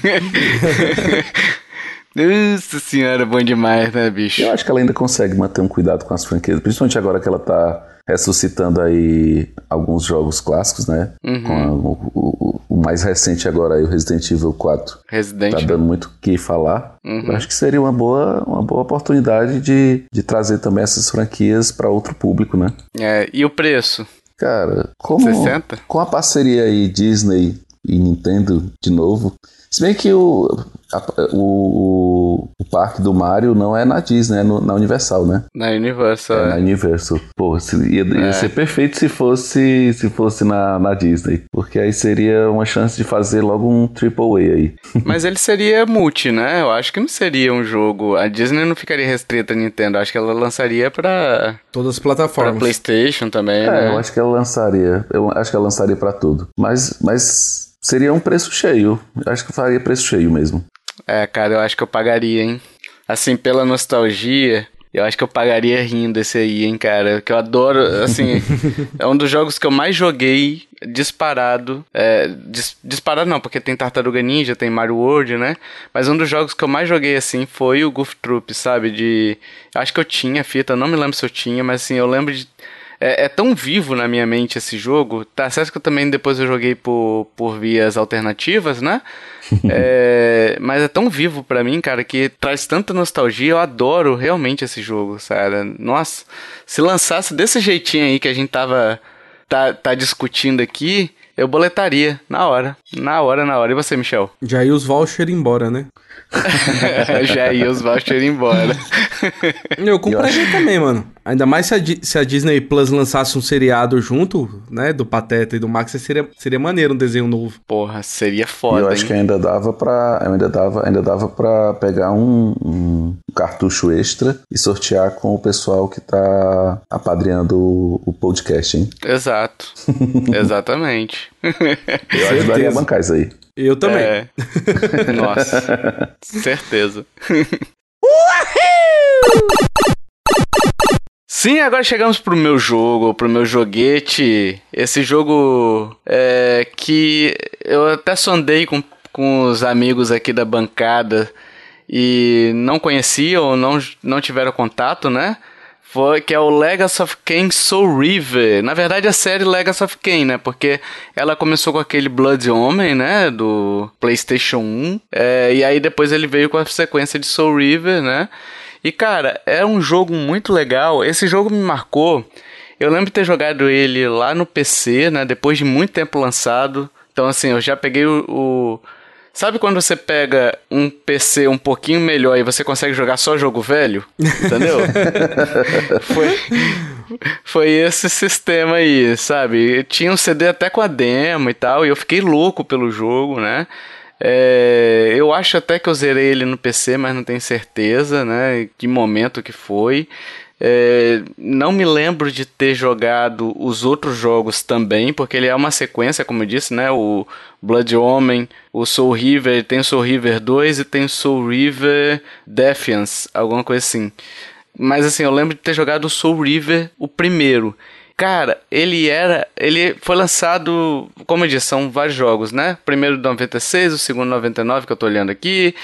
Nossa senhora, bom demais, né, bicho? Eu acho que ela ainda consegue manter um cuidado com as franquias, principalmente agora que ela tá ressuscitando aí alguns jogos clássicos, né? Com o mais recente agora aí, o Resident Evil 4. Tá dando muito o que falar. Eu acho que seria uma boa oportunidade de trazer também essas franquias para outro público, né? E o preço? Cara, 60? Com a parceria aí Disney e Nintendo de novo, se bem que O parque do Mario não é na Disney, é na Universal, né? Na Universal. Na Universal. Pô, ia ser perfeito se fosse na Disney. Porque aí seria uma chance de fazer logo um AAA aí. Mas ele seria multi, né? Eu acho que não seria um jogo... A Disney não ficaria restrita a Nintendo. Eu acho que ela lançaria pra... todas as plataformas. Pra PlayStation também, né? Eu acho que ela lançaria. Eu acho que ela lançaria pra tudo. Mas seria um preço cheio. Eu acho que eu faria preço cheio mesmo. Cara, eu acho que eu pagaria, hein? Assim, pela nostalgia... Eu acho que eu pagaria rindo esse aí, hein, cara. Que eu adoro, assim... é um dos jogos que eu mais joguei disparado. Disparado não, porque tem Tartaruga Ninja, tem Mario World, né? Mas um dos jogos que eu mais joguei, assim, foi o Goof Troop, sabe? Acho que eu tinha fita, não me lembro se eu tinha, mas assim, eu lembro de... É tão vivo na minha mente esse jogo. Tá certo que eu também depois eu joguei por vias alternativas, né? Mas é tão vivo pra mim, cara, que traz tanta nostalgia. Eu adoro realmente esse jogo, sabe? Nossa, se lançasse desse jeitinho aí que a gente tá discutindo aqui, eu boletaria na hora. E você, Michel? Já ia os vouchers embora, né? Já ia os vouchers embora. Eu compraria também, mano. Ainda mais se a Disney Plus lançasse um seriado junto, né? Do Pateta e do Max, seria maneiro um desenho novo. Porra, seria foda, eu acho que ainda dava pra pegar um cartucho extra e sortear com o pessoal que tá apadrinhando o podcast, hein? Exato. Exatamente. Eu ajudaria a bancar isso aí. Eu também. Nossa, certeza. Sim, agora chegamos pro meu joguete. Esse jogo que eu até sondei com os amigos aqui da bancada e não conheciam ou não tiveram contato, né? Que é o Legacy of Kain Soul River. Na verdade, a série Legacy of Kain, né? Porque ela começou com aquele Blood Omen, né? Do PlayStation 1. E aí depois ele veio com a sequência de Soul River, né? E, cara, é um jogo muito legal. Esse jogo me marcou. Eu lembro de ter jogado ele lá no PC, né? Depois de muito tempo lançado. Então, assim, eu já peguei Sabe quando você pega um PC um pouquinho melhor e você consegue jogar só jogo velho? Entendeu? Foi esse sistema aí, sabe? Tinha um CD até com a demo e tal, e eu fiquei louco pelo jogo, né? Eu acho até que eu zerei ele no PC, mas não tenho certeza, né? Que momento que foi. Não me lembro de ter jogado os outros jogos também, porque ele é uma sequência, como eu disse, né? O Blood Omen, o Soul River, tem o Soul River 2 e tem o Soul River Defiance, alguma coisa assim. Mas assim, eu lembro de ter jogado o Soul River, o primeiro. Cara, ele foi lançado, como eu disse, são vários jogos, né? O primeiro de 96, o segundo 99, que eu tô olhando aqui.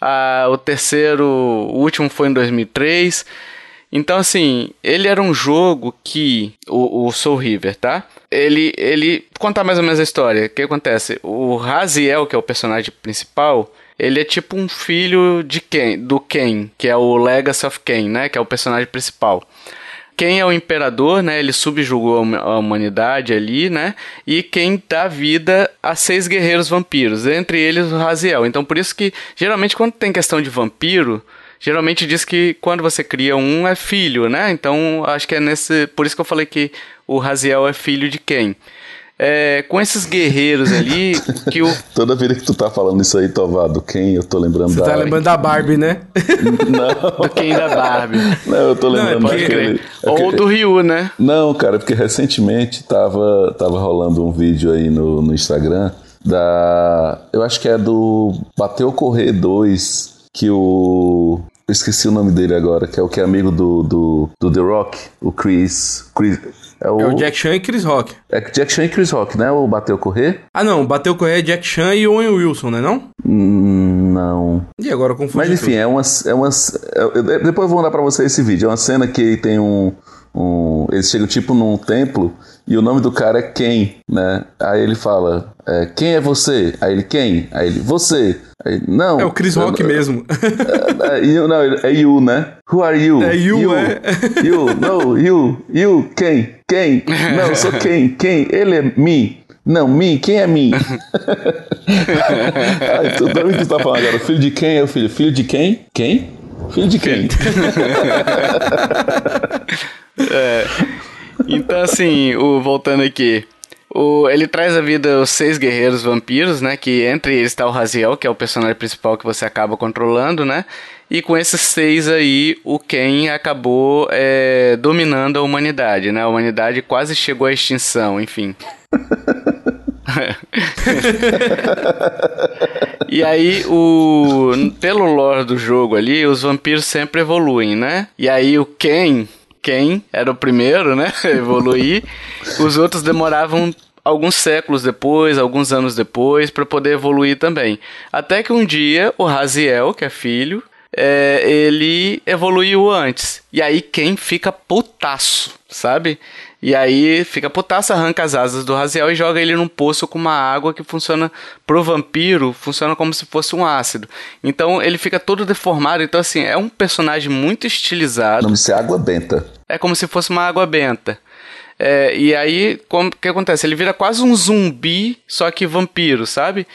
O último foi em 2003. Então, assim, ele era um jogo que... O Soul River, tá? Vou contar mais ou menos a história. O que acontece? O Raziel, que é o personagem principal, ele é tipo um filho do Kain, que é o Legacy of Kain, né? Que é o personagem principal. Kain é o imperador, né? Ele subjugou a humanidade ali, né? E Kain dá vida a 6 guerreiros vampiros, entre eles o Raziel. Então, por isso que, geralmente, quando tem questão de vampiro... Geralmente diz que quando você cria um é filho, né? Então acho que por isso que eu falei que o Raziel é filho de Kain. Com esses guerreiros ali que Toda vida que tu tá falando isso aí, Tovar, do Kain, eu tô lembrando Você tá lembrando da Barbie, né? Não. Do Kain da Barbie. Não, eu tô lembrando daquele... Ou do Ryu, né? Não, cara, porque recentemente tava rolando um vídeo aí no Instagram eu acho que é do Bateu Correr 2, que eu esqueci o nome dele agora, que é o que é amigo do The Rock, o Chris. É o Jack Chan e Chris Rock. É Jack Chan e Chris Rock, né? O Bateu Correr? Não, Bateu Correr é Jack Chan e Owen Wilson, né não? Não. E agora eu confundi. Mas enfim, depois eu vou mandar pra você esse vídeo. É uma cena que tem eles chegam tipo num templo e o nome do cara é Kain, né? Aí ele fala, quem é você? Aí ele, quem? Aí ele, você. Aí, não. É o Chris Rock mesmo. Não, é you, né? Who are you? É you. You, no, you, quem? Não, eu sou quem? Ele é me. Não, mim, quem é mim? Toda vez que você tá falando agora, filho de quem é o filho? Filho de quem? Quem? Filho de quem? Então, assim, voltando aqui, ele traz à vida os 6 guerreiros vampiros, né? Que entre eles está o Raziel, que é o personagem principal que você acaba controlando, né? E com esses 6 aí, o Ken acabou dominando a humanidade, né? A humanidade quase chegou à extinção, enfim. E aí, pelo lore do jogo ali, os vampiros sempre evoluem, né? E aí o Ken era o primeiro, né, a evoluir. Os outros demoravam alguns séculos depois, alguns anos depois, para poder evoluir também. Até que um dia, o Raziel, que é filho, ele evoluiu antes. E aí Ken fica putaço, sabe? E aí fica putaço, arranca as asas do Raziel e joga ele num poço com uma água que funciona, pro vampiro, funciona como se fosse um ácido. Então ele fica todo deformado. Então assim, é um personagem muito estilizado. O nome disso é água benta. É como se fosse uma água benta. E aí, o que acontece? Ele vira quase um zumbi, só que vampiro, sabe?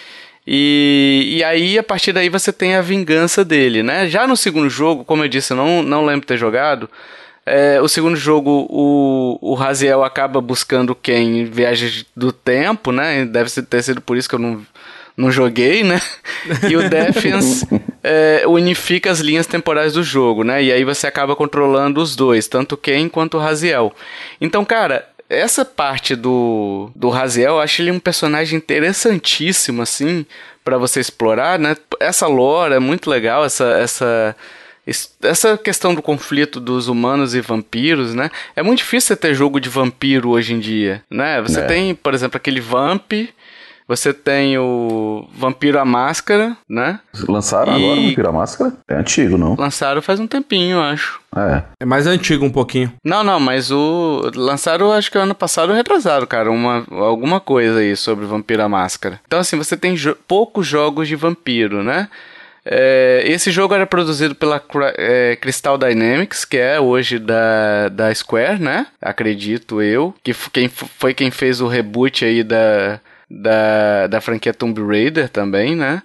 E aí, a partir daí, você tem a vingança dele, né? Já no segundo jogo, como eu disse, eu não lembro ter jogado. O segundo jogo, o Raziel acaba buscando Ken em Viagem do Tempo, né? Deve ter sido por isso que eu não joguei, né? E o Defiance unifica as linhas temporais do jogo, né? E aí você acaba controlando os dois, tanto o Ken quanto o Raziel. Então, cara, essa parte do Raziel, eu acho ele um personagem interessantíssimo, assim, pra você explorar, né? Essa lore é muito legal, essa questão do conflito dos humanos e vampiros, né? É muito difícil você ter jogo de vampiro hoje em dia, né? Você tem, por exemplo, aquele Vamp, você tem o Vampiro à Máscara, né? Lançaram agora o Vampiro à Máscara? É antigo, não? Lançaram faz um tempinho, eu acho. É mais antigo um pouquinho. Não, mas lançaram, acho que ano passado ou retrasado, cara, alguma coisa aí sobre Vampiro à Máscara. Então, assim, você tem poucos jogos de vampiro, né? Esse jogo era produzido pela Crystal Dynamics, que é hoje da Square, né? Acredito eu. Que foi quem fez o reboot aí da franquia Tomb Raider também, né?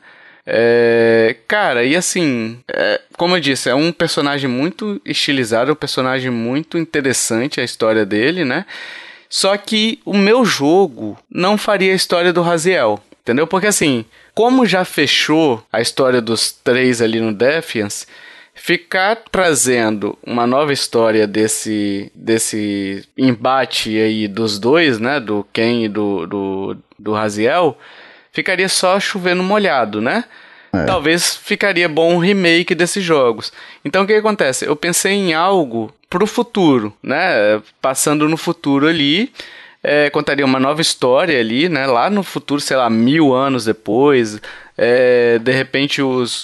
Cara, e assim, como eu disse, é um personagem muito estilizado, um personagem muito interessante a história dele, né? Só que o meu jogo não faria a história do Raziel, entendeu? Porque assim, como já fechou a história dos 3 ali no Defiance, ficar trazendo uma nova história desse embate aí dos dois, né? Do Ken e do Raziel, ficaria só chovendo molhado, né? Talvez ficaria bom um remake desses jogos. Então o que acontece? Eu pensei em algo pro futuro, né? Passando no futuro ali, contaria uma nova história ali, né? Lá no futuro, sei lá, 1000 anos depois. De repente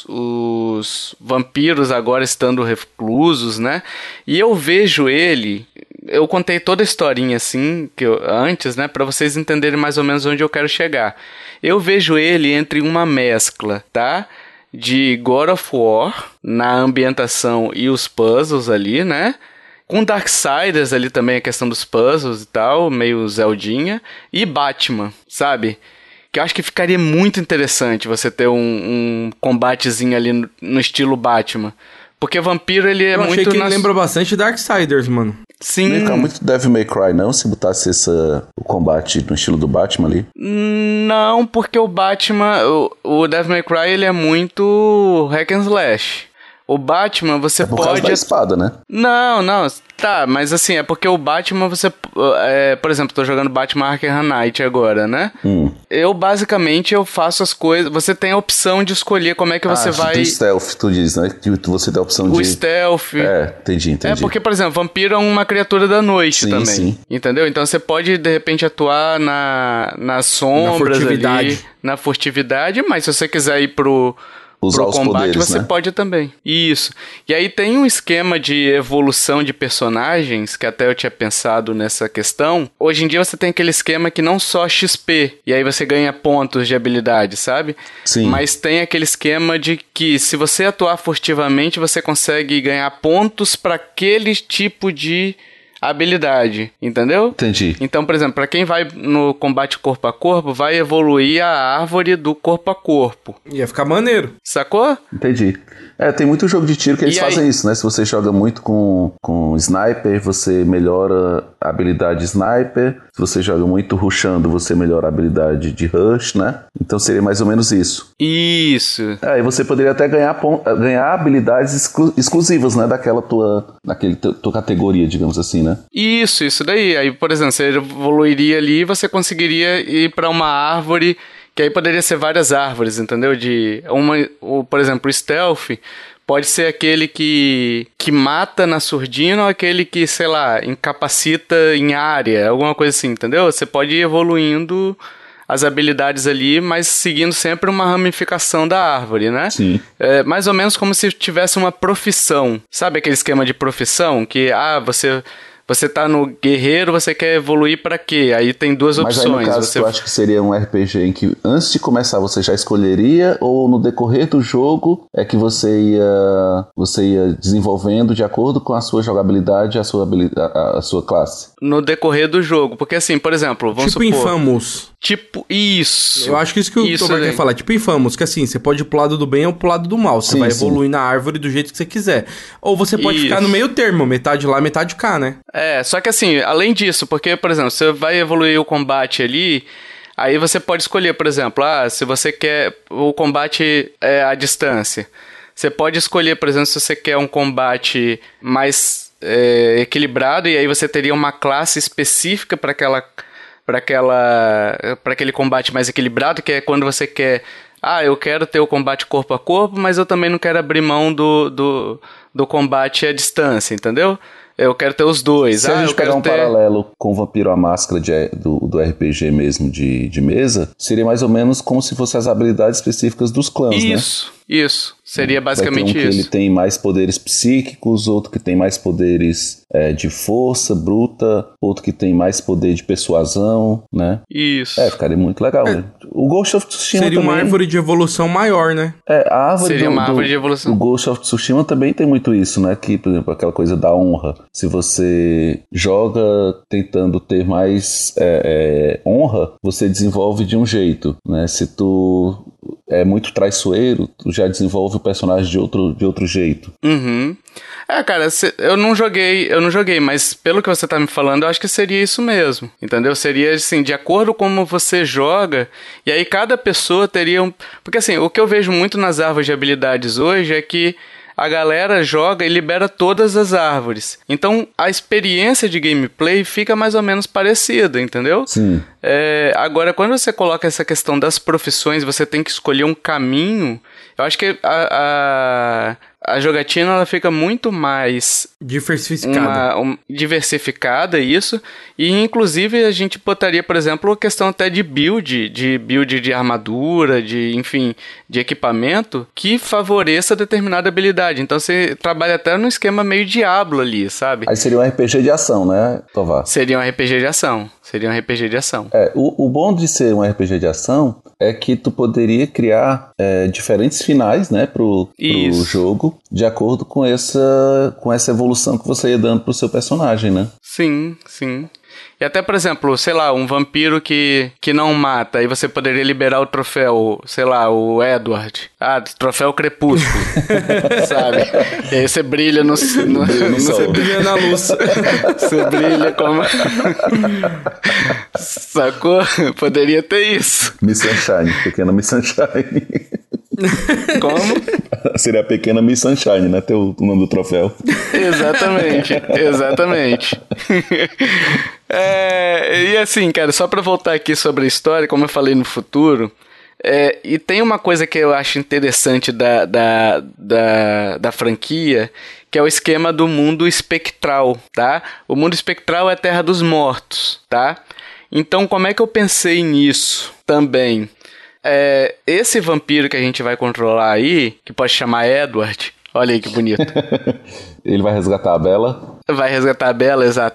os vampiros agora estando reclusos, né? E eu vejo ele... Eu contei toda a historinha assim, antes, né? Pra vocês entenderem mais ou menos onde eu quero chegar. Eu vejo ele entre uma mescla, tá? De God of War, na ambientação e os puzzles ali, né? Com Darksiders ali também, a questão dos puzzles e tal, meio Zeldinha. E Batman, sabe? Que eu acho que ficaria muito interessante você ter um combatezinho ali no estilo Batman. Porque vampiro, ele é muito... Eu achei que ele lembra bastante Darksiders, mano. Sim. Não ia ficar muito Devil May Cry, não? Se botasse o combate no estilo do Batman ali? Não, porque o Batman... O Devil May Cry, ele é muito hack and slash. O Batman, você pode... por causa da espada, né? Não, tá, mas assim, é porque o Batman, você... por exemplo, tô jogando Batman Arkham Knight agora, né? Eu, basicamente, faço as coisas... Você tem a opção de escolher como é que você vai... O stealth, tu diz, né? Que você tem a opção de... O stealth... entendi. Porque, por exemplo, vampiro é uma criatura da noite também. Sim. Entendeu? Então você pode, de repente, atuar nas sombras ali, na furtividade, mas se você quiser ir usar os combate, poderes, você né? pode também. Isso. E aí tem um esquema de evolução de personagens, que até eu tinha pensado nessa questão. Hoje em dia você tem aquele esquema que não só XP, e aí você ganha pontos de habilidade, sabe? Sim. Mas tem aquele esquema de que se você atuar furtivamente, você consegue ganhar pontos para aquele tipo de habilidade, entendeu? Entendi. Então, por exemplo, pra quem vai no combate corpo a corpo, vai evoluir a árvore do corpo a corpo. Ia ficar maneiro. Sacou? Entendi. Tem muito jogo de tiro que eles fazem isso, né? Se você joga muito com sniper, você melhora a habilidade sniper. Se você joga muito rushando, você melhora a habilidade de rush, né? Então seria mais ou menos isso. Isso. E você poderia até ganhar habilidades exclusivas, né? Daquela tua categoria, digamos assim, né? Isso daí. Aí, por exemplo, você evoluiria ali e você conseguiria ir pra uma árvore, que aí poderia ser várias árvores, entendeu? Por exemplo, o stealth pode ser aquele que mata na surdina ou aquele que, sei lá, incapacita em área, alguma coisa assim, entendeu? Você pode ir evoluindo as habilidades ali, mas seguindo sempre uma ramificação da árvore, né? Sim. É mais ou menos como se tivesse uma profissão. Sabe aquele esquema de profissão? Que, você tá no guerreiro, você quer evoluir pra quê? Aí tem duas opções. Mas aí, no caso, tu acha que seria um RPG em que antes de começar você já escolheria, ou no decorrer do jogo é que você ia desenvolvendo de acordo com a sua jogabilidade, a sua classe? No decorrer do jogo. Porque assim, por exemplo, vamos supor... Infamous. Tipo, isso. Eu acho que isso que o Tovar quer falar. Tipo Infamous, que assim, você pode ir pro lado do bem ou pro lado do mal. Você vai evoluir na árvore do jeito que você quiser. Ou você pode ficar no meio termo, metade lá, metade cá, né? Só que assim, além disso, porque, por exemplo, você vai evoluir o combate ali, aí você pode escolher, por exemplo, se você quer o combate à distância. Você pode escolher, por exemplo, se você quer um combate mais equilibrado, e aí você teria uma classe específica para aquele combate mais equilibrado, que é quando você quer... eu quero ter o combate corpo a corpo, mas eu também não quero abrir mão do combate à distância, entendeu? Eu quero ter os dois. Se a gente pegar um paralelo com o Vampiro à Máscara do RPG mesmo de mesa, seria mais ou menos como se fossem as habilidades específicas dos clãs, né? Isso. Seria basicamente vai ter isso. Que ele tem mais poderes psíquicos, outro que tem mais poderes de força bruta, outro que tem mais poder de persuasão, né? Isso. Ficaria muito legal, né? O Ghost of Tsushima seria também... uma árvore de evolução maior, né? A árvore seria uma árvore de evolução. O Ghost of Tsushima também tem muito isso, né? Que, por exemplo, aquela coisa da honra. Se você joga tentando ter mais honra, você desenvolve de um jeito, né? Se tu é muito traiçoeiro, tu já desenvolve o personagem de outro jeito. Uhum. Cara, eu não joguei, mas pelo que você tá me falando, eu acho que seria isso mesmo, entendeu? Seria, assim, de acordo com como você joga, e aí cada pessoa teria Porque, assim, o que eu vejo muito nas árvores de habilidades hoje é que a galera joga e libera todas as árvores. Então, a experiência de gameplay fica mais ou menos parecida, entendeu? Sim. Agora, quando você coloca essa questão das profissões, você tem que escolher um caminho. Eu acho que a jogatina ela fica muito mais diversificada, isso. E inclusive a gente botaria, por exemplo, a questão até de build de armadura, enfim, de equipamento que favoreça determinada habilidade. Então você trabalha até no esquema meio Diablo ali, sabe? Aí seria um RPG de ação, né, Tovar? Seria um RPG de ação. O bom de ser um RPG de ação é que tu poderia criar diferentes finais, né, pro jogo, de acordo com essa evolução que você ia dando pro seu personagem, né? Sim. E até, por exemplo, sei lá, um vampiro que não mata, aí você poderia liberar o troféu, sei lá, o Edward. Troféu Crepúsculo, sabe? E aí você brilha você brilha na luz. Você brilha como... Sacou? Poderia ter isso. Miss Sunshine, pequena Miss Sunshine. Como? Seria a pequena Miss Sunshine, né? O nome do troféu. Exatamente. E assim, cara, só pra voltar aqui sobre a história, como eu falei no futuro, e tem uma coisa que eu acho interessante da franquia, que é o esquema do mundo espectral, tá? O mundo espectral é a Terra dos Mortos, tá? Então, como é que eu pensei nisso também? Esse vampiro que a gente vai controlar aí, que pode chamar Edward, olha aí que bonito. Ele vai resgatar a Bella? Vai resgatar a Bella, exato.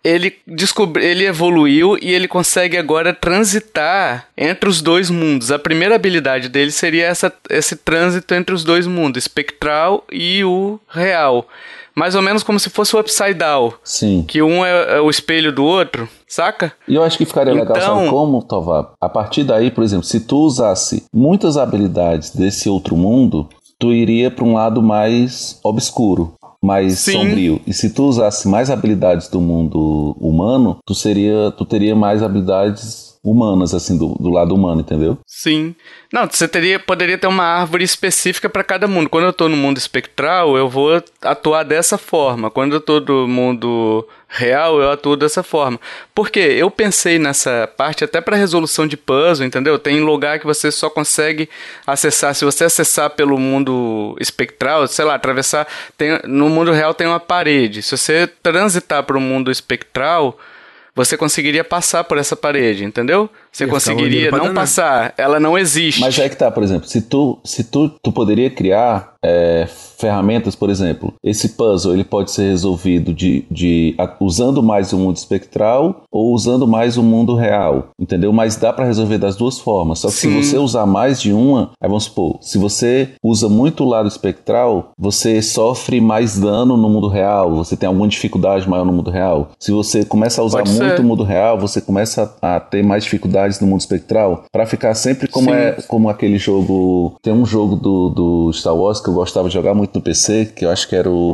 ele evoluiu e ele consegue agora transitar entre os dois mundos. A primeira habilidade dele seria esse trânsito entre os dois mundos, espectral e o real. Mais ou menos como se fosse o Upside Down. Sim. Que um é o espelho do outro, saca? E eu acho que ficaria legal, sabe como, Tovar? A partir daí, por exemplo, se tu usasse muitas habilidades desse outro mundo, tu iria para um lado mais obscuro, mais sombrio. E se tu usasse mais habilidades do mundo humano, tu teria mais habilidades humanas, assim, do lado humano, entendeu? Sim. Não, você poderia ter uma árvore específica para cada mundo. Quando eu tô no mundo espectral, eu vou atuar dessa forma. Quando eu tô no mundo real, eu atuo dessa forma. Porque eu pensei nessa parte até para resolução de puzzle, entendeu? Tem lugar que você só consegue acessar. Se você acessar pelo mundo espectral, sei lá, atravessar... no mundo real tem uma parede. Se você transitar para o mundo espectral... você conseguiria passar por essa parede, entendeu? Você conseguiria não passar, ela não existe. Mas é que tá, por exemplo, se tu poderia criar ferramentas, por exemplo, esse puzzle ele pode ser resolvido usando mais o mundo espectral ou usando mais o mundo real, entendeu? Mas dá pra resolver das duas formas, só que se você usar mais de uma, aí vamos supor, se você usa muito o lado espectral, você sofre mais dano no mundo real, você tem alguma dificuldade maior no mundo real. Se você começa a usar muito o mundo real, você começa a ter mais dificuldades no mundo espectral, pra ficar sempre como aquele jogo, tem um jogo do Star Wars que eu gostava de jogar muito no PC, que eu acho que era o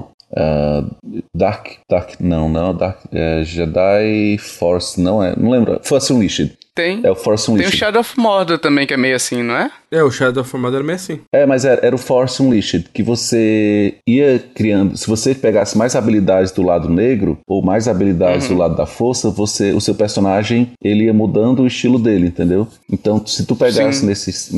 Jedi Force, não lembro, Force Unleashed. Tem. É o Force Unleashed. Tem o Shadow of Mordor também, que é meio assim, não é? O Shadow of Mordor era meio assim. Mas era o Force Unleashed, que você ia criando... Se você pegasse mais habilidades do lado negro, ou mais habilidades do lado da força, o seu personagem, ele ia mudando o estilo dele, entendeu? Então, se tu pegasse nesse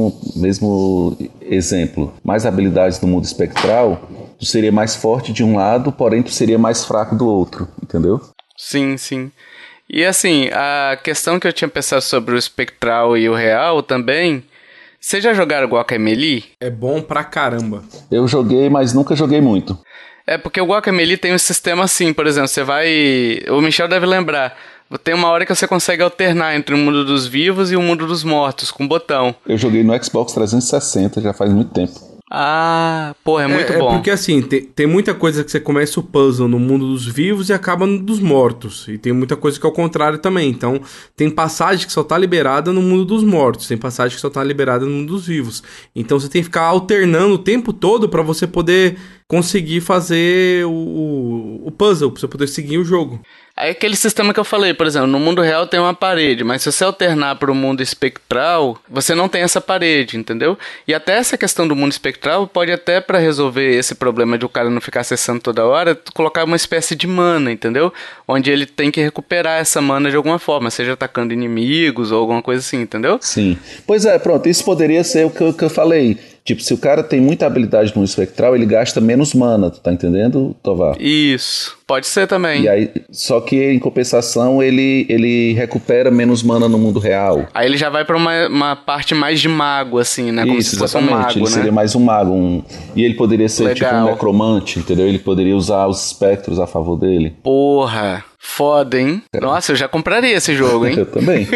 mesmo exemplo, mais habilidades do mundo espectral, tu seria mais forte de um lado, porém tu seria mais fraco do outro, entendeu? Sim, sim. E assim, a questão que eu tinha pensado sobre o espectral e o real também... Vocês já jogaram Guacamelee? É bom pra caramba. Eu joguei, mas nunca joguei muito. É porque o Guacamelee tem um sistema assim, por exemplo, você vai... O Michel deve lembrar. Tem uma hora que você consegue alternar entre o mundo dos vivos e o mundo dos mortos, com um botão. Eu joguei no Xbox 360, já faz muito tempo. Ah, porra, é muito bom. É porque assim, tem muita coisa que você começa o puzzle no mundo dos vivos e acaba no dos mortos. E tem muita coisa que é o contrário também. Então, tem passagem que só tá liberada no mundo dos mortos. Tem passagem que só tá liberada no mundo dos vivos. Então, você tem que ficar alternando o tempo todo pra você poder conseguir fazer o puzzle, pra você poder seguir o jogo. Aí aquele sistema que eu falei, por exemplo, no mundo real tem uma parede, mas se você alternar para o mundo espectral, você não tem essa parede, entendeu? E até essa questão do mundo espectral pode até, para resolver esse problema de o cara não ficar acessando toda hora, colocar uma espécie de mana, entendeu? Onde ele tem que recuperar essa mana de alguma forma, seja atacando inimigos ou alguma coisa assim, entendeu? Sim. Pois é, pronto, isso poderia ser o que eu falei. Tipo, se o cara tem muita habilidade no espectral, ele gasta menos mana, tu tá entendendo, Tovar? Isso, pode ser também. E aí, só que em compensação ele recupera menos mana no mundo real. Aí ele já vai pra uma parte mais de mago, assim, né? Como isso, se fosse exatamente. um mago, ele né? seria mais um mago. E ele poderia ser tipo um necromante, entendeu? Ele poderia usar os espectros a favor dele. Porra, foda, hein? Nossa, eu já compraria esse jogo, hein? Eu também.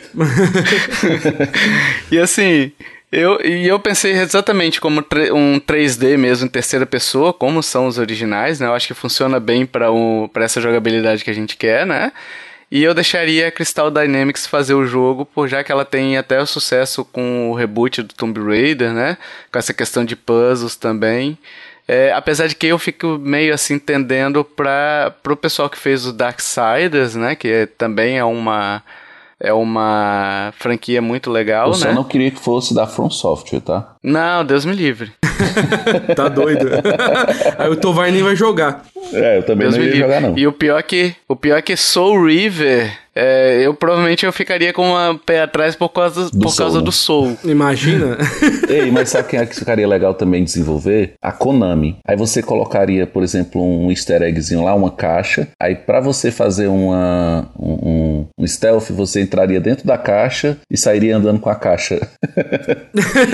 E assim... Eu pensei exatamente como um 3D mesmo em terceira pessoa, como são os originais, né? Eu acho que funciona bem para essa jogabilidade que a gente quer, né? E eu deixaria a Crystal Dynamics fazer o jogo, já que ela tem até o sucesso com o reboot do Tomb Raider, né? Com essa questão de puzzles também. Apesar de que eu fico meio assim tendendo pro pessoal que fez o Darksiders, né? Que também é uma franquia muito legal, né? Eu só não queria que fosse da From Software, tá? Não, Deus me livre. Tá doido. Aí o Tovar nem vai jogar. Eu também Deus não ia jogar, não. E o pior é que Soul River, eu provavelmente ficaria com um pé atrás por causa do Soul. Imagina. Ei, mas sabe quem é que ficaria legal também desenvolver? A Konami. Aí você colocaria, por exemplo, um easter eggzinho lá, uma caixa. Aí pra você fazer um stealth, você entraria dentro da caixa e sairia andando com a caixa.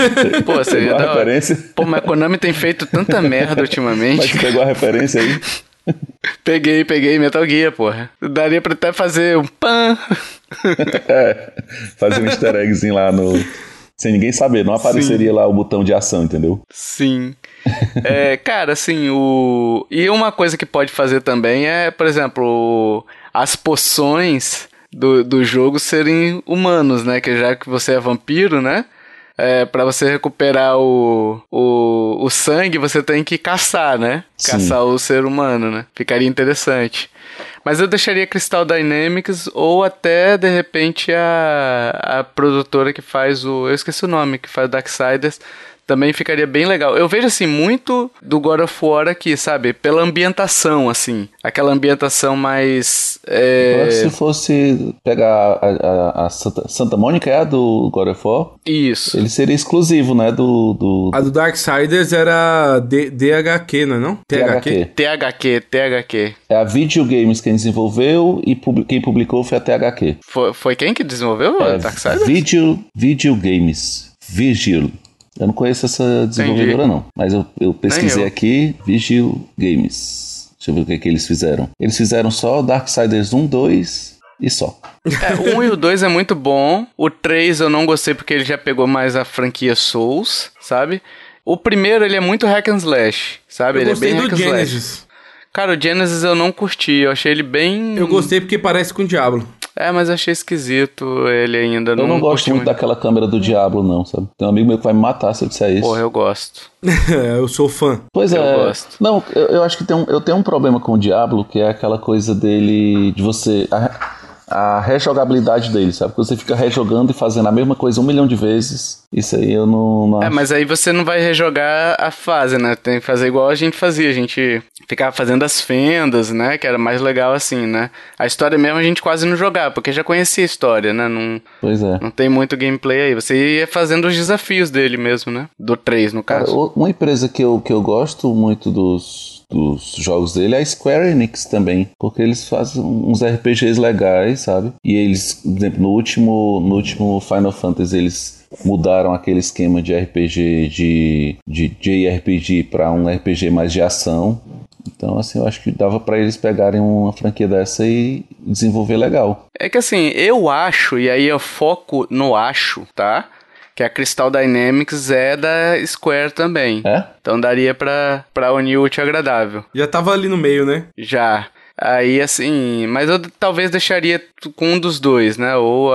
Pô, seria da hora. Pô, mas a Konami tem feito tanta merda ultimamente. Mas você pegou a referência aí? Peguei Metal Gear, porra. Daria pra até fazer um pan. Fazer um easter eggzinho lá no... Sem ninguém saber, não apareceria lá o botão de ação, entendeu? Sim. Cara, assim, E uma coisa que pode fazer também é, por exemplo, as poções do jogo serem humanos, né? Que já que você é vampiro, né? Pra você recuperar o sangue, você tem que caçar, né? Sim. Caçar o ser humano, né? Ficaria interessante. Mas eu deixaria Crystal Dynamics ou até, de repente, a produtora que faz eu esqueci o nome, que faz Darksiders. Também ficaria bem legal. Eu vejo, assim, muito do God of War aqui, sabe? Pela ambientação, assim. Aquela ambientação mais... Se fosse pegar a Santa Mônica, a do God of War? Isso. Ele seria exclusivo, né? A do Darksiders era DHQ, não é não? THQ. É a Video Games quem desenvolveu e quem publicou foi a THQ. Foi quem que desenvolveu o Darksiders? Video Games. Vigil. Eu não conheço essa desenvolvedora, não. Mas eu pesquisei aqui, Vigil Games. Deixa eu ver o que eles fizeram. Eles fizeram só Darksiders 1, 2 e só. O 1 e o 2 é muito bom. O 3 eu não gostei porque ele já pegou mais a franquia Souls, sabe? O primeiro, ele é muito hack and slash, sabe? Ele é bem hack and slash. Cara, o Genesis eu não curti. Eu achei ele bem... Eu gostei porque parece com o Diablo. Mas achei esquisito ele ainda. Eu não gosto muito daquela câmera do Diablo, não, sabe? Tem um amigo meu que vai me matar se eu disser isso. Porra, eu gosto. Eu sou fã. Pois eu gosto. Não, eu acho que eu tenho um problema com o Diablo, que é aquela coisa dele, de você... A rejogabilidade dele, sabe? Porque você fica rejogando e fazendo a mesma coisa 1 milhão de vezes. Isso aí eu não acho. Mas aí você não vai rejogar a fase, né? Tem que fazer igual a gente fazia. A gente ficava fazendo as fendas, né? Que era mais legal assim, né? A história mesmo a gente quase não jogava, porque já conhecia a história, né? Pois é. Não tem muito gameplay aí. Você ia fazendo os desafios dele mesmo, né? Do 3, no caso. Cara, uma empresa que eu gosto muito dos jogos dele é a Square Enix também, porque eles fazem uns RPGs legais, sabe? E eles, por exemplo, no último Final Fantasy, eles mudaram aquele esquema de RPG de JRPG para um RPG mais de ação. Então, assim, eu acho que dava pra eles pegarem uma franquia dessa e desenvolver legal. É que assim, eu acho, e aí eu foco no acho, tá? Que a Crystal Dynamics é da Square também. Então daria pra unir o útil ao agradável. Já tava ali no meio, né? Já. Aí, assim... Mas eu talvez deixaria com um dos dois, né? Ou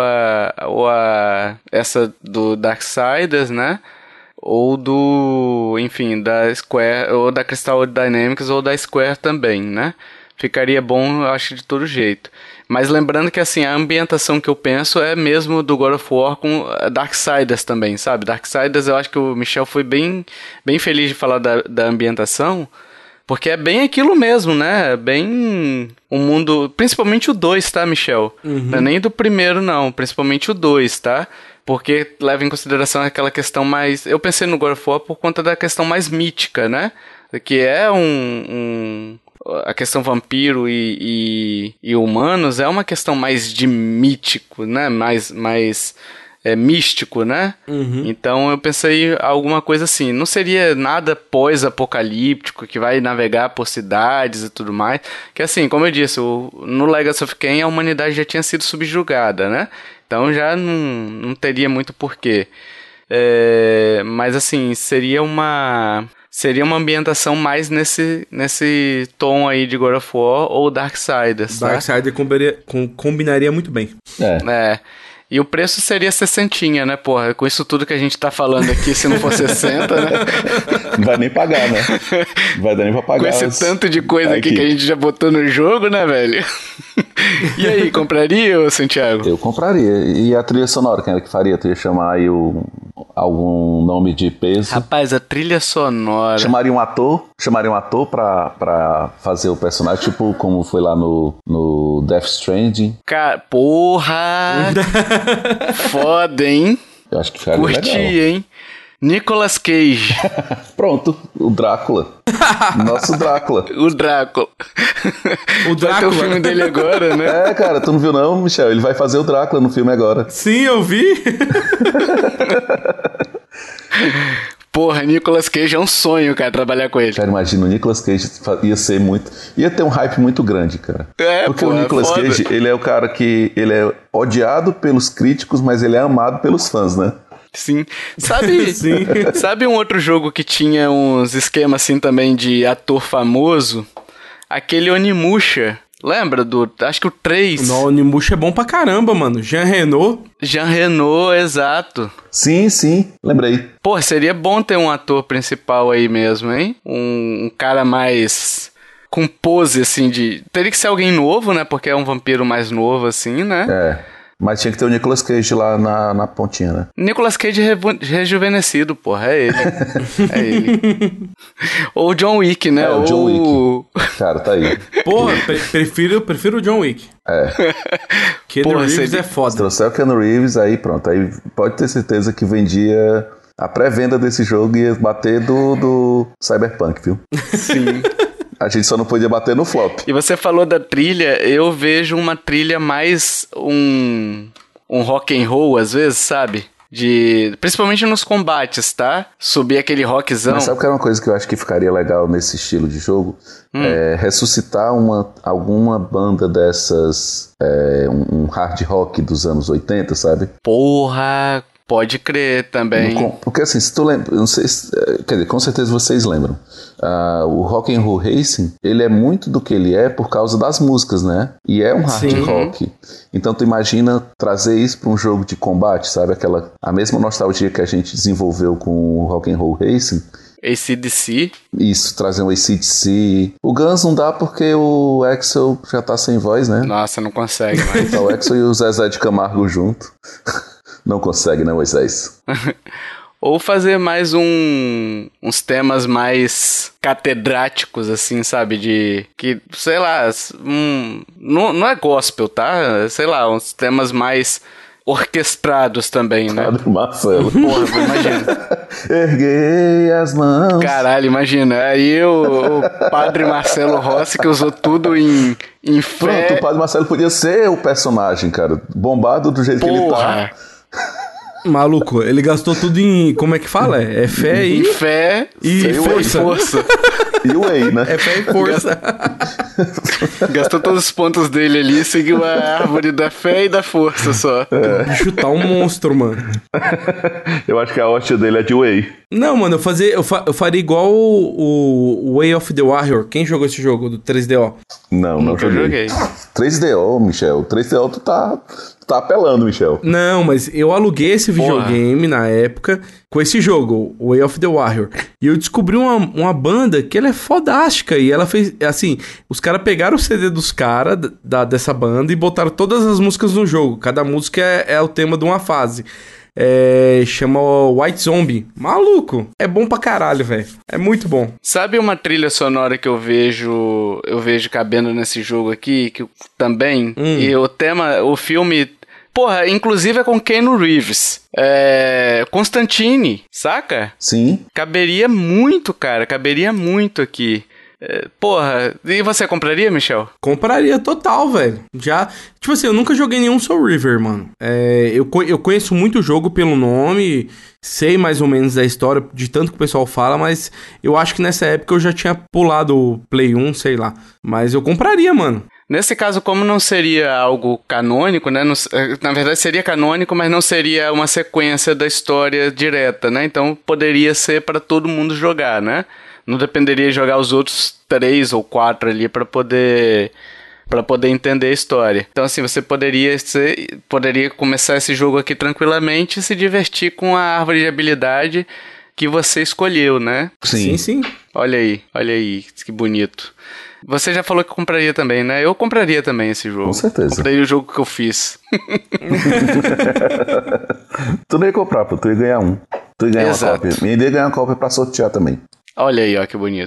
essa do Darksiders, né? Ou enfim, da Square... Ou da Crystal Dynamics ou da Square também, né? Ficaria bom, eu acho, de todo jeito. Mas lembrando que, assim, a ambientação que eu penso é mesmo do God of War com Darksiders também, sabe? Darksiders, eu acho que o Michel foi bem feliz de falar da ambientação, porque é bem aquilo mesmo, né? É bem o mundo... Principalmente o 2, tá, Michel? Não é nem do primeiro, não. Principalmente o 2, tá? Porque leva em consideração aquela questão mais... Eu pensei no God of War por conta da questão mais mítica, né? Que é a questão vampiro e humanos é uma questão mais de mítico, né? Mais místico, né? Então eu pensei alguma coisa assim. Não seria nada pós-apocalíptico que vai navegar por cidades e tudo mais. Que assim, como eu disse, no Legacy of Kain a humanidade já tinha sido subjugada, né? Então já não teria muito porquê. Mas assim, seria uma ambientação mais nesse tom aí de God of War ou Darksiders, tá? Darksiders combinaria muito bem. E o preço seria 60, né, porra? Com isso tudo que a gente tá falando aqui, se não for 60, né? Não vai nem pagar, né? Não vai dar nem pra pagar. Com esse tanto de coisa aqui que a gente já botou no jogo, né, velho? E aí, compraria, Santiago? Eu compraria. E a trilha sonora, quem era que faria? Tu ia chamar aí algum nome de peso? Rapaz, a trilha sonora... Chamaria um ator pra fazer o personagem, tipo como foi lá no Death Stranding. Cara, porra! Foda, hein? Eu acho que ficaria legal. Curti, hein? Nicolas Cage. Pronto, o Drácula. Nosso Drácula. O Drácula. Vai ter o filme dele agora, né? Cara, tu não viu não, Michel? Ele vai fazer o Drácula no filme agora. Sim, eu vi. Porra, Nicolas Cage é um sonho, cara, trabalhar com ele. Cara, imagina, o Nicolas Cage ia ser muito... Ia ter um hype muito grande, cara. Porque o Nicolas Cage, ele é o cara que... Ele é odiado pelos críticos, mas ele é amado pelos fãs, né? Sim. Sabe um outro jogo que tinha uns esquemas assim também de ator famoso? Aquele Onimusha. Lembra do... Acho que o 3. O Onimusha é bom pra caramba, mano. Jean Reno, exato. Sim, lembrei. Pô, seria bom ter um ator principal aí mesmo, hein? Um cara mais... com pose, assim, de... Teria que ser alguém novo, né? Porque é um vampiro mais novo, assim, né? É. Mas tinha que ter o Nicolas Cage lá na pontinha, né? Nicolas Cage rejuvenescido, porra. É ele. É ele. Ou o John Wick, né? O John Wick. Cara, tá aí. Porra, prefiro o John Wick. Keanu Reeves é foda. Se trouxer o Keanu Reeves, aí pronto. Aí pode ter certeza que vendia... A pré-venda desse jogo ia bater do Cyberpunk, viu? Sim. A gente só não podia bater no flop. E você falou da trilha, eu vejo uma trilha mais um rock and roll, às vezes, sabe? Principalmente nos combates, tá? Subir aquele rockzão. Mas sabe que era uma coisa que eu acho que ficaria legal nesse estilo de jogo? É ressuscitar alguma banda dessas, um hard rock dos anos 80, sabe? Porra... Pode crer também. Porque assim, se tu lembra, não sei quer dizer, com certeza vocês lembram. O Rock and Roll Racing, ele é muito do que ele é por causa das músicas, né? E é um hard rock. Então tu imagina trazer isso para um jogo de combate, sabe? A mesma nostalgia que a gente desenvolveu com o Rock and Roll Racing. AC/DC. Isso, trazer um AC/DC. O Guns não dá porque o Axl já tá sem voz, né? Nossa, não consegue mais. Tá o Axl e o Zezé de Camargo junto. Não consegue, né, Moisés? Ou fazer mais uns temas mais catedráticos, assim, sabe? Que, sei lá, não é gospel, tá? Sei lá, uns temas mais orquestrados também, né? Padre Marcelo. Porra, imagina. Erguei as mãos. Caralho, imagina. Aí o Padre Marcelo Rossi, que usou tudo em fé. Pronto, o Padre Marcelo podia ser o personagem, cara. Bombado do jeito que ele tá. Maluco, ele gastou tudo em... Como é que fala? É fé e... Fé e força. E whey, né? É fé e força. Gastou todos os pontos dele ali, seguiu a árvore da fé e da força só. O bicho tá um monstro, mano. Eu acho que a hóstia dele é de whey. Não, mano, eu faria igual o Way of the Warrior. Quem jogou esse jogo do 3DO? Não joguei. 3DO, Michel. 3DO tu tá apelando, Michel. Não, mas eu aluguei esse videogame na época com esse jogo, Way of the Warrior. E eu descobri uma banda que ela é fodástica. E ela fez, assim, os caras pegaram o CD dos caras dessa banda e botaram todas as músicas no jogo. Cada música é o tema de uma fase. Chama White Zombie. Maluco, é bom pra caralho, velho. É muito bom. Sabe uma trilha sonora que eu vejo cabendo nesse jogo aqui, que também, e o filme, porra, inclusive é com Keanu Reeves. Constantine, saca? Sim. Caberia muito, cara, caberia muito aqui. Porra, e você compraria, Michel? Compraria total, velho. Já, tipo assim, eu nunca joguei nenhum Soul River, mano. Eu conheço muito o jogo pelo nome, sei mais ou menos da história, de tanto que o pessoal fala, mas eu acho que nessa época eu já tinha pulado o Play 1, sei lá. Mas eu compraria, mano. Nesse caso, como não seria algo canônico, né? Na verdade, seria canônico, mas não seria uma sequência da história direta, né? Então, poderia ser para todo mundo jogar, né? Não dependeria de jogar os outros 3 ou 4 ali para poder entender a história. Então, assim, você poderia começar esse jogo aqui tranquilamente e se divertir com a árvore de habilidade que você escolheu, né? Sim. Olha aí, que bonito. Você já falou que compraria também, né? Eu compraria também esse jogo. Com certeza. Compraria o jogo que eu fiz. Tu não ia comprar, pô. Tu ia ganhar um. Tu ia ganhar Exato. uma cópia. E ia ganhar uma cópia pra sortear também. Olha aí, ó, que bonito.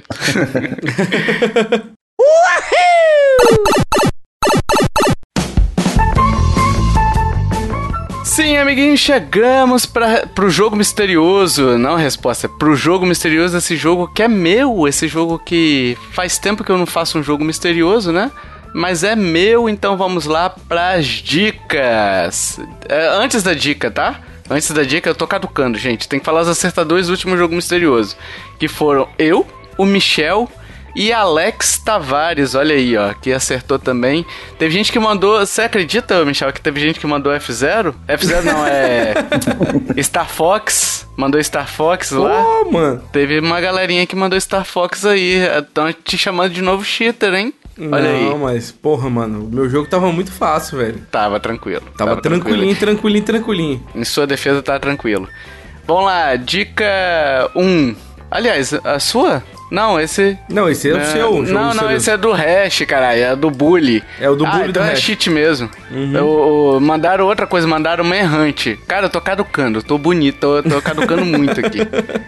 Sim, amiguinhos, chegamos pro jogo misterioso. Não a resposta, pro jogo misterioso, esse jogo que é meu. Esse jogo que faz tempo que eu não faço um jogo misterioso, né? Mas é meu, então vamos lá pras dicas. Antes da dica, tá? Antes da dica, eu tô caducando, gente. Tem que falar os acertadores do último jogo misterioso. Que foram eu, o Michel e Alex Tavares. Olha aí, ó, que acertou também. Teve gente que mandou... Você acredita, Michel, que teve gente que mandou F0? F0 não, é... Star Fox. Mandou Star Fox lá. Pô, mano. Teve uma galerinha que mandou Star Fox aí. Estão te chamando de novo cheater, hein? Olha aí. Não, mas, porra, mano, o meu jogo tava muito fácil, velho. Tava tranquilo. Tava tranquilinho. Em sua defesa, tá tranquilo. Vamos lá, dica 1. Aliás, a sua? Não, esse... Não, esse é o seu jogo. Não, esse é do Hash, caralho. É do Bully. É o do Bully do então Hash. É cheat mesmo. Uhum. Mandaram outra coisa, mandaram Manhunt. Cara, eu tô caducando, tô bonito, tô caducando muito aqui.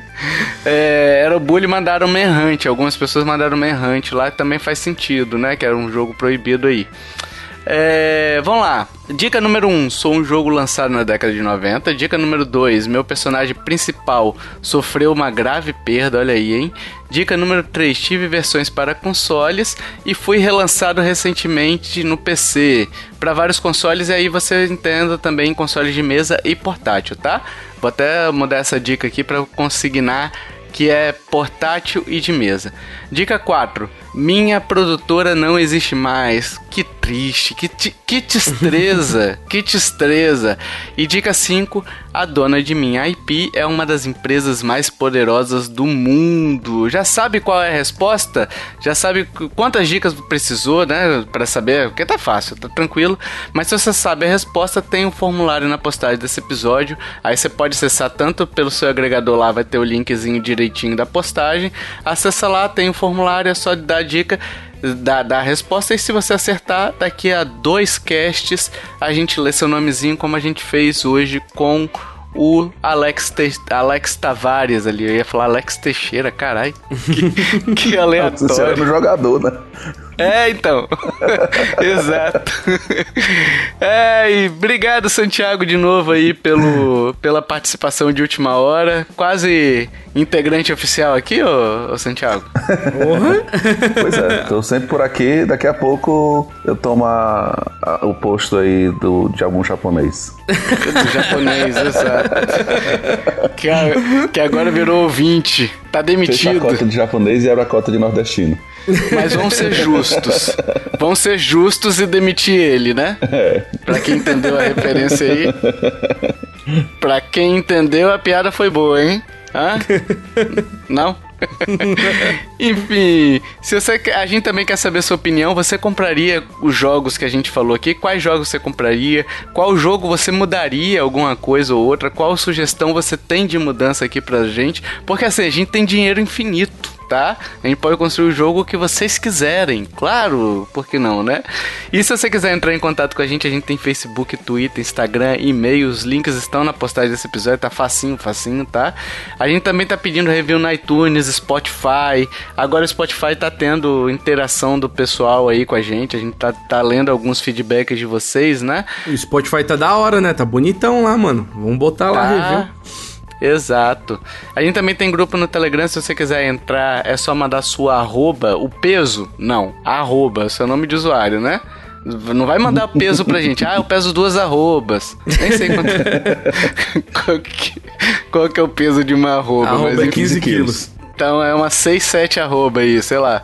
Era o Bully, mandaram Manhunt. Algumas pessoas mandaram Manhunt lá, que também faz sentido, né? Que era um jogo proibido aí. Vamos lá. Dica número 1, sou um jogo lançado na década de 90. Dica número 2, meu personagem principal sofreu uma grave perda, olha aí, hein? Dica número 3, tive versões para consoles e fui relançado recentemente no PC para vários consoles, e aí você entenda também consoles de mesa e portátil, tá? Vou até mudar essa dica aqui para consignar que é portátil e de mesa. Dica 4, minha produtora não existe mais. Que triste, que destreza, que destreza. E dica 5, a dona de minha IP é uma das empresas mais poderosas do mundo. Já sabe qual é a resposta? Já sabe quantas dicas precisou, né? Pra saber, porque tá fácil, tá tranquilo. Mas se você sabe a resposta, tem um formulário na postagem desse episódio. Aí você pode acessar tanto pelo seu agregador lá, vai ter o linkzinho direitinho da postagem. Acessa lá, tem um formulário, é só dar a dica da resposta, e se você acertar, daqui a 2 casts a gente lê seu nomezinho, como a gente fez hoje com o Alex Tavares ali. Eu ia falar Alex Teixeira, caralho. Que aleatório. Você era no jogador, né? Então. Exato. E obrigado, Santiago, de novo aí pela participação de última hora. Quase integrante oficial aqui, ô Santiago. Pois é, tô sempre por aqui. Daqui a pouco eu tomo o posto aí de algum japonês. Do japonês, exato. Que agora virou ouvinte. Tá demitido. Fecha a cota de japonês e abre a cota de nordestino. Mas vamos ser justos. Vamos ser justos e demitir ele, né? Pra quem entendeu a referência aí. Pra quem entendeu, a piada foi boa, hein? Hã? Não? Enfim, a gente também quer saber a sua opinião. Você compraria os jogos que a gente falou aqui? Quais jogos você compraria? Qual jogo você mudaria alguma coisa ou outra? Qual sugestão você tem de mudança aqui pra gente? Porque assim, a gente tem dinheiro infinito, tá? A gente pode construir o jogo que vocês quiserem, claro, por que não, né? E se você quiser entrar em contato com a gente tem Facebook, Twitter, Instagram, e-mail, os links estão na postagem desse episódio, tá facinho, tá? A gente também tá pedindo review no iTunes, Spotify. Agora o Spotify tá tendo interação do pessoal aí com a gente tá lendo alguns feedbacks de vocês, né? O Spotify tá da hora, né? Tá bonitão lá, mano. Vamos botar lá review. Exato. A gente também tem grupo no Telegram, se você quiser entrar, é só mandar sua arroba, o peso, não, arroba, seu nome de usuário, né? Não vai mandar peso pra gente. Eu peso 2 arrobas. Nem sei quanto. Qual que é o peso de uma arroba? Arroba mas é 15 quilos. Então é uma 6, 7 arroba aí, sei lá.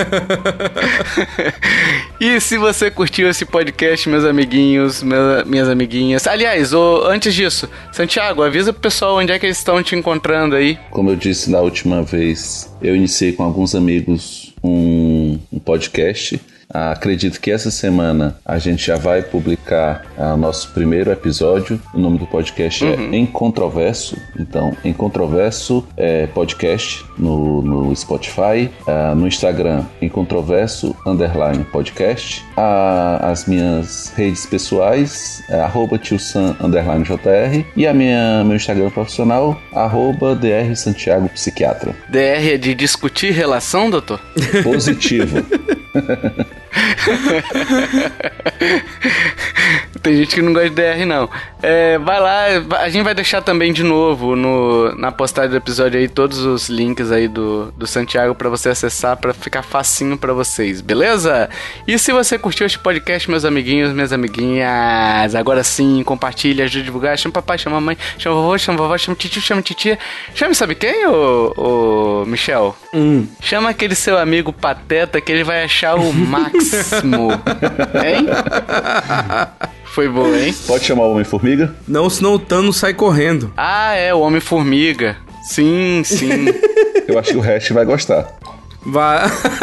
E se você curtiu esse podcast, meus amiguinhos, minhas amiguinhas. Aliás, antes disso, Santiago, avisa pro pessoal onde é que eles estão te encontrando aí. Como eu disse na última vez, eu iniciei com alguns amigos um podcast. Acredito que essa semana a gente já vai publicar o nosso primeiro episódio. O nome do podcast é Em Controverso. Então, Em Controverso podcast no Spotify. No Instagram, Em Controverso _podcast. As minhas redes pessoais, @tiosan_jr. E meu Instagram profissional, @drsantiagopsiquiatra. DR é de discutir relação, doutor? Positivo. Tem gente que não gosta de DR, não. Vai lá, a gente vai deixar também de novo na postagem do episódio aí todos os links aí do Santiago pra você acessar, pra ficar facinho pra vocês, beleza? E se você curtiu este podcast, meus amiguinhos, minhas amiguinhas, agora sim, compartilha, ajude a divulgar, chama papai, chama mamãe, chama vovô, chama vovó, chama titio, chama titia. Chama sabe quem, ô Michel? Chama aquele seu amigo pateta que ele vai achar o máximo. Hein? Foi bom, hein? Pode chamar o Homem-Formiga? Não, senão o Thanos sai correndo. Ah, o Homem-Formiga. Sim. Eu acho que o resto vai gostar. Vai.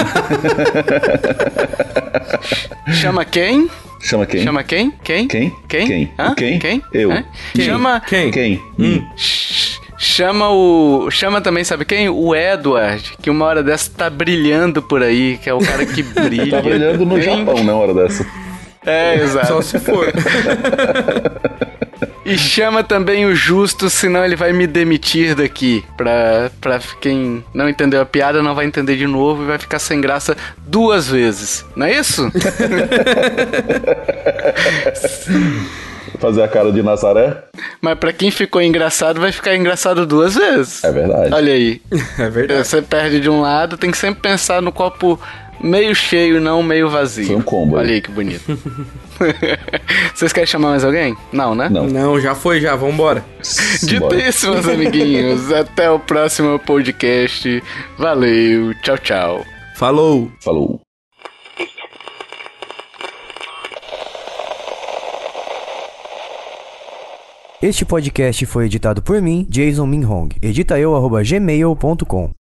Chama quem? Quem? Hã? Quem? Eu. Quem? Chama... Quem? Chama também, sabe quem? O Edward, que uma hora dessa tá brilhando por aí, que é o cara que brilha. Tá brilhando no Japão, né, uma hora dessa. Exato. Só se for. E chama também o Justo, senão ele vai me demitir daqui. Pra quem não entendeu a piada, não vai entender de novo e vai ficar sem graça 2 vezes. Não é isso? Fazer a cara de Nazaré. Mas pra quem ficou engraçado, vai ficar engraçado 2 vezes. É verdade. Olha aí. É verdade. Você perde de um lado, tem que sempre pensar no copo meio cheio, não meio vazio. Foi um combo. Olha aí que bonito. Vocês querem chamar mais alguém? Não, né? Não, já foi, vambora. Dito isso, meus amiguinhos, até o próximo podcast. Valeu, tchau. Falou. Este podcast foi editado por mim, Jason Minhong. Edita eu, @gmail.com.